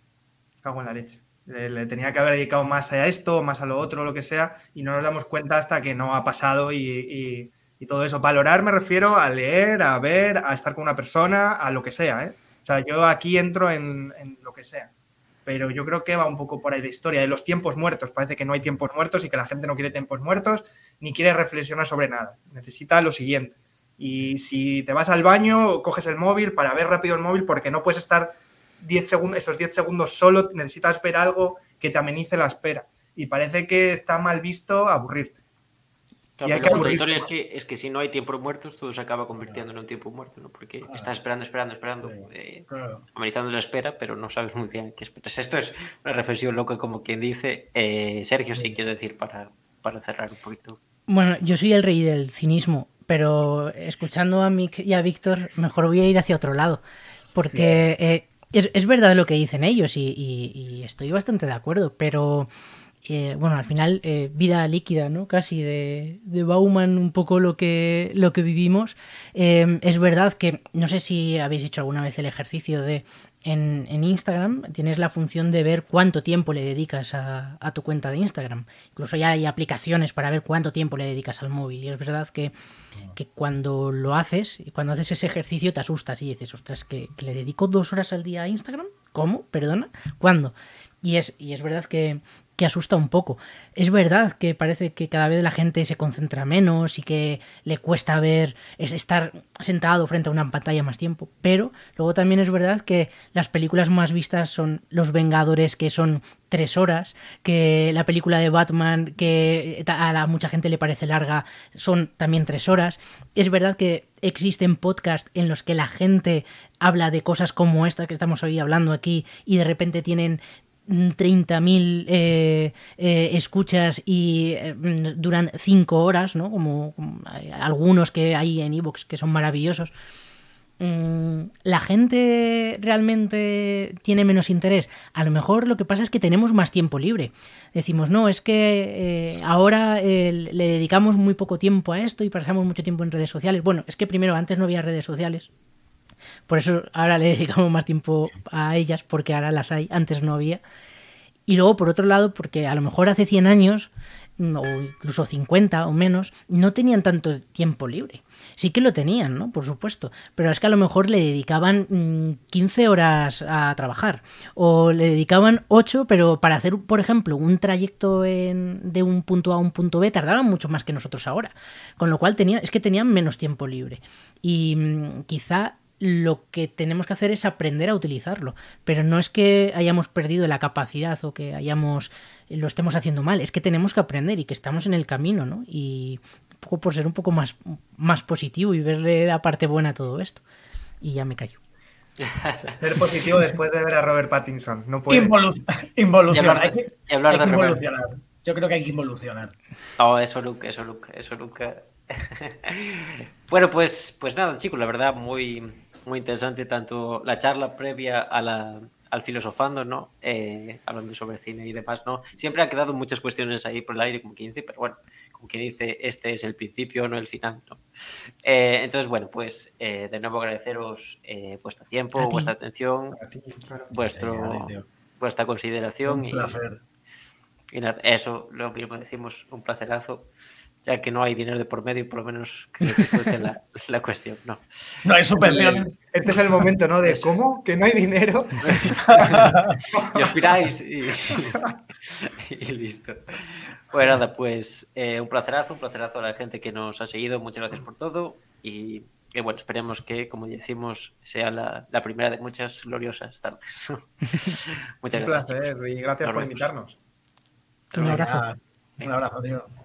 cago en la leche. Le tenía que haber dedicado más a esto, más a lo otro, lo que sea, y no nos damos cuenta hasta que no ha pasado y, y, y todo eso. Valorar me refiero a leer, a ver, a estar con una persona, a lo que sea, ¿eh? O sea, yo aquí entro en, en lo que sea, pero yo creo que va un poco por ahí la historia de los tiempos muertos. Parece que no hay tiempos muertos y que la gente no quiere tiempos muertos ni quiere reflexionar sobre nada. Necesita lo siguiente. Y si te vas al baño, coges el móvil para ver rápido el móvil porque no puedes estar diez segundos, esos diez segundos solo, necesitas ver algo que te amenice la espera. Y parece que está mal visto aburrirte. Claro, y hay que aburrirte. Es que, es que si no hay tiempos muertos, todo se acaba convirtiendo en un tiempo muerto, ¿no? Porque claro. Estás esperando, esperando, esperando, sí, eh, claro. amenizando la espera, pero no sabes muy bien qué esperas. Esto es una reflexión loca, como quien dice. Eh, Sergio, sí, sí quiero decir, para, para cerrar un poquito. Bueno, yo soy el rey del cinismo, pero escuchando a Mick y a Víctor, mejor voy a ir hacia otro lado. Porque... Sí. Eh, Es, es verdad lo que dicen ellos y, y, y estoy bastante de acuerdo, pero eh, bueno, al final eh, vida líquida, ¿no? Casi de, de Bauman un poco lo que, lo que vivimos. Eh, es verdad que, no sé si habéis hecho alguna vez el ejercicio de en, en Instagram tienes la función de ver cuánto tiempo le dedicas a, a tu cuenta de Instagram. Incluso ya hay aplicaciones para ver cuánto tiempo le dedicas al móvil y es verdad que, que cuando lo haces y cuando haces ese ejercicio te asustas y dices, ostras, ¿que, que le dedico dos horas al día a Instagram? ¿Cómo? ¿Perdona? ¿Cuándo? Y es, y es verdad que, que asusta un poco. Es verdad que parece que cada vez la gente se concentra menos y que le cuesta ver, es estar sentado frente a una pantalla más tiempo, pero luego también es verdad que las películas más vistas son Los Vengadores, que son tres horas, que la película de Batman, que a la, mucha gente le parece larga, son también tres horas. Es verdad que existen podcasts en los que la gente habla de cosas como esta que estamos hoy hablando aquí y de repente tienen treinta mil eh, eh, escuchas y eh, duran cinco horas, ¿no? Como, como algunos que hay en iVoox que son maravillosos. Mm, ¿la gente realmente tiene menos interés? A lo mejor lo que pasa es que tenemos más tiempo libre. Decimos, no, es que eh, ahora eh, le dedicamos muy poco tiempo a esto y pasamos mucho tiempo en redes sociales. Bueno, es que primero antes no había redes sociales. Por eso ahora le dedicamos más tiempo a ellas, porque ahora las hay, antes no había. Y luego, por otro lado, porque a lo mejor hace cien años, o incluso cincuenta o menos, no tenían tanto tiempo libre. Sí que lo tenían, ¿no? Por supuesto. Pero es que a lo mejor le dedicaban mmm, quince horas a trabajar. O le dedicaban ocho, pero para hacer, por ejemplo, un trayecto en, de un punto A a un punto B tardaban mucho más que nosotros ahora. Con lo cual tenía, es que tenían menos tiempo libre. Y mmm, quizá lo que tenemos que hacer es aprender a utilizarlo, pero no es que hayamos perdido la capacidad o que hayamos lo estemos haciendo mal, es que tenemos que aprender y que estamos en el camino, ¿no? Y un poco por ser un poco más, más positivo y verle la parte buena a todo esto. Y ya me callo. Ser positivo después de ver a Robert Pattinson, no puede. Involu- involucionar. Y hablar de, y hablar hay de que involucionar. Yo creo que hay que involucionar. Oh, eso, Luke, eso, Luke, eso, Luke. Bueno, pues, pues nada, chicos, la verdad, muy, muy interesante tanto la charla previa a la, al filosofando, ¿no? Eh, hablando sobre cine y demás, ¿no? Siempre han quedado muchas cuestiones ahí por el aire, como quince, pero bueno, como como que dice, este es el principio, no el final, ¿no? Eh, entonces, bueno, pues eh, de nuevo agradeceros eh, vuestro tiempo, vuestra atención, A ti, claro. vuestro, Sí, vuestra consideración. Un placer. Y, y nada, eso, lo mismo decimos, un placerazo, ya que no hay dinero de por medio y por lo menos que se disfrute la, la cuestión, ¿no? No hay subvenciones. Este es el momento, ¿no? De Eso ¿cómo? ¿Que no hay dinero? Y os piráis y, y listo. Pues nada, pues eh, un placerazo, un placerazo a la gente que nos ha seguido. Muchas gracias por todo. Y, y bueno, esperemos que, como decimos, sea la, la primera de muchas gloriosas tardes. Muchas Un gracias. placer chicos. y gracias Nos por vemos. invitarnos. Un abrazo. Un abrazo, tío.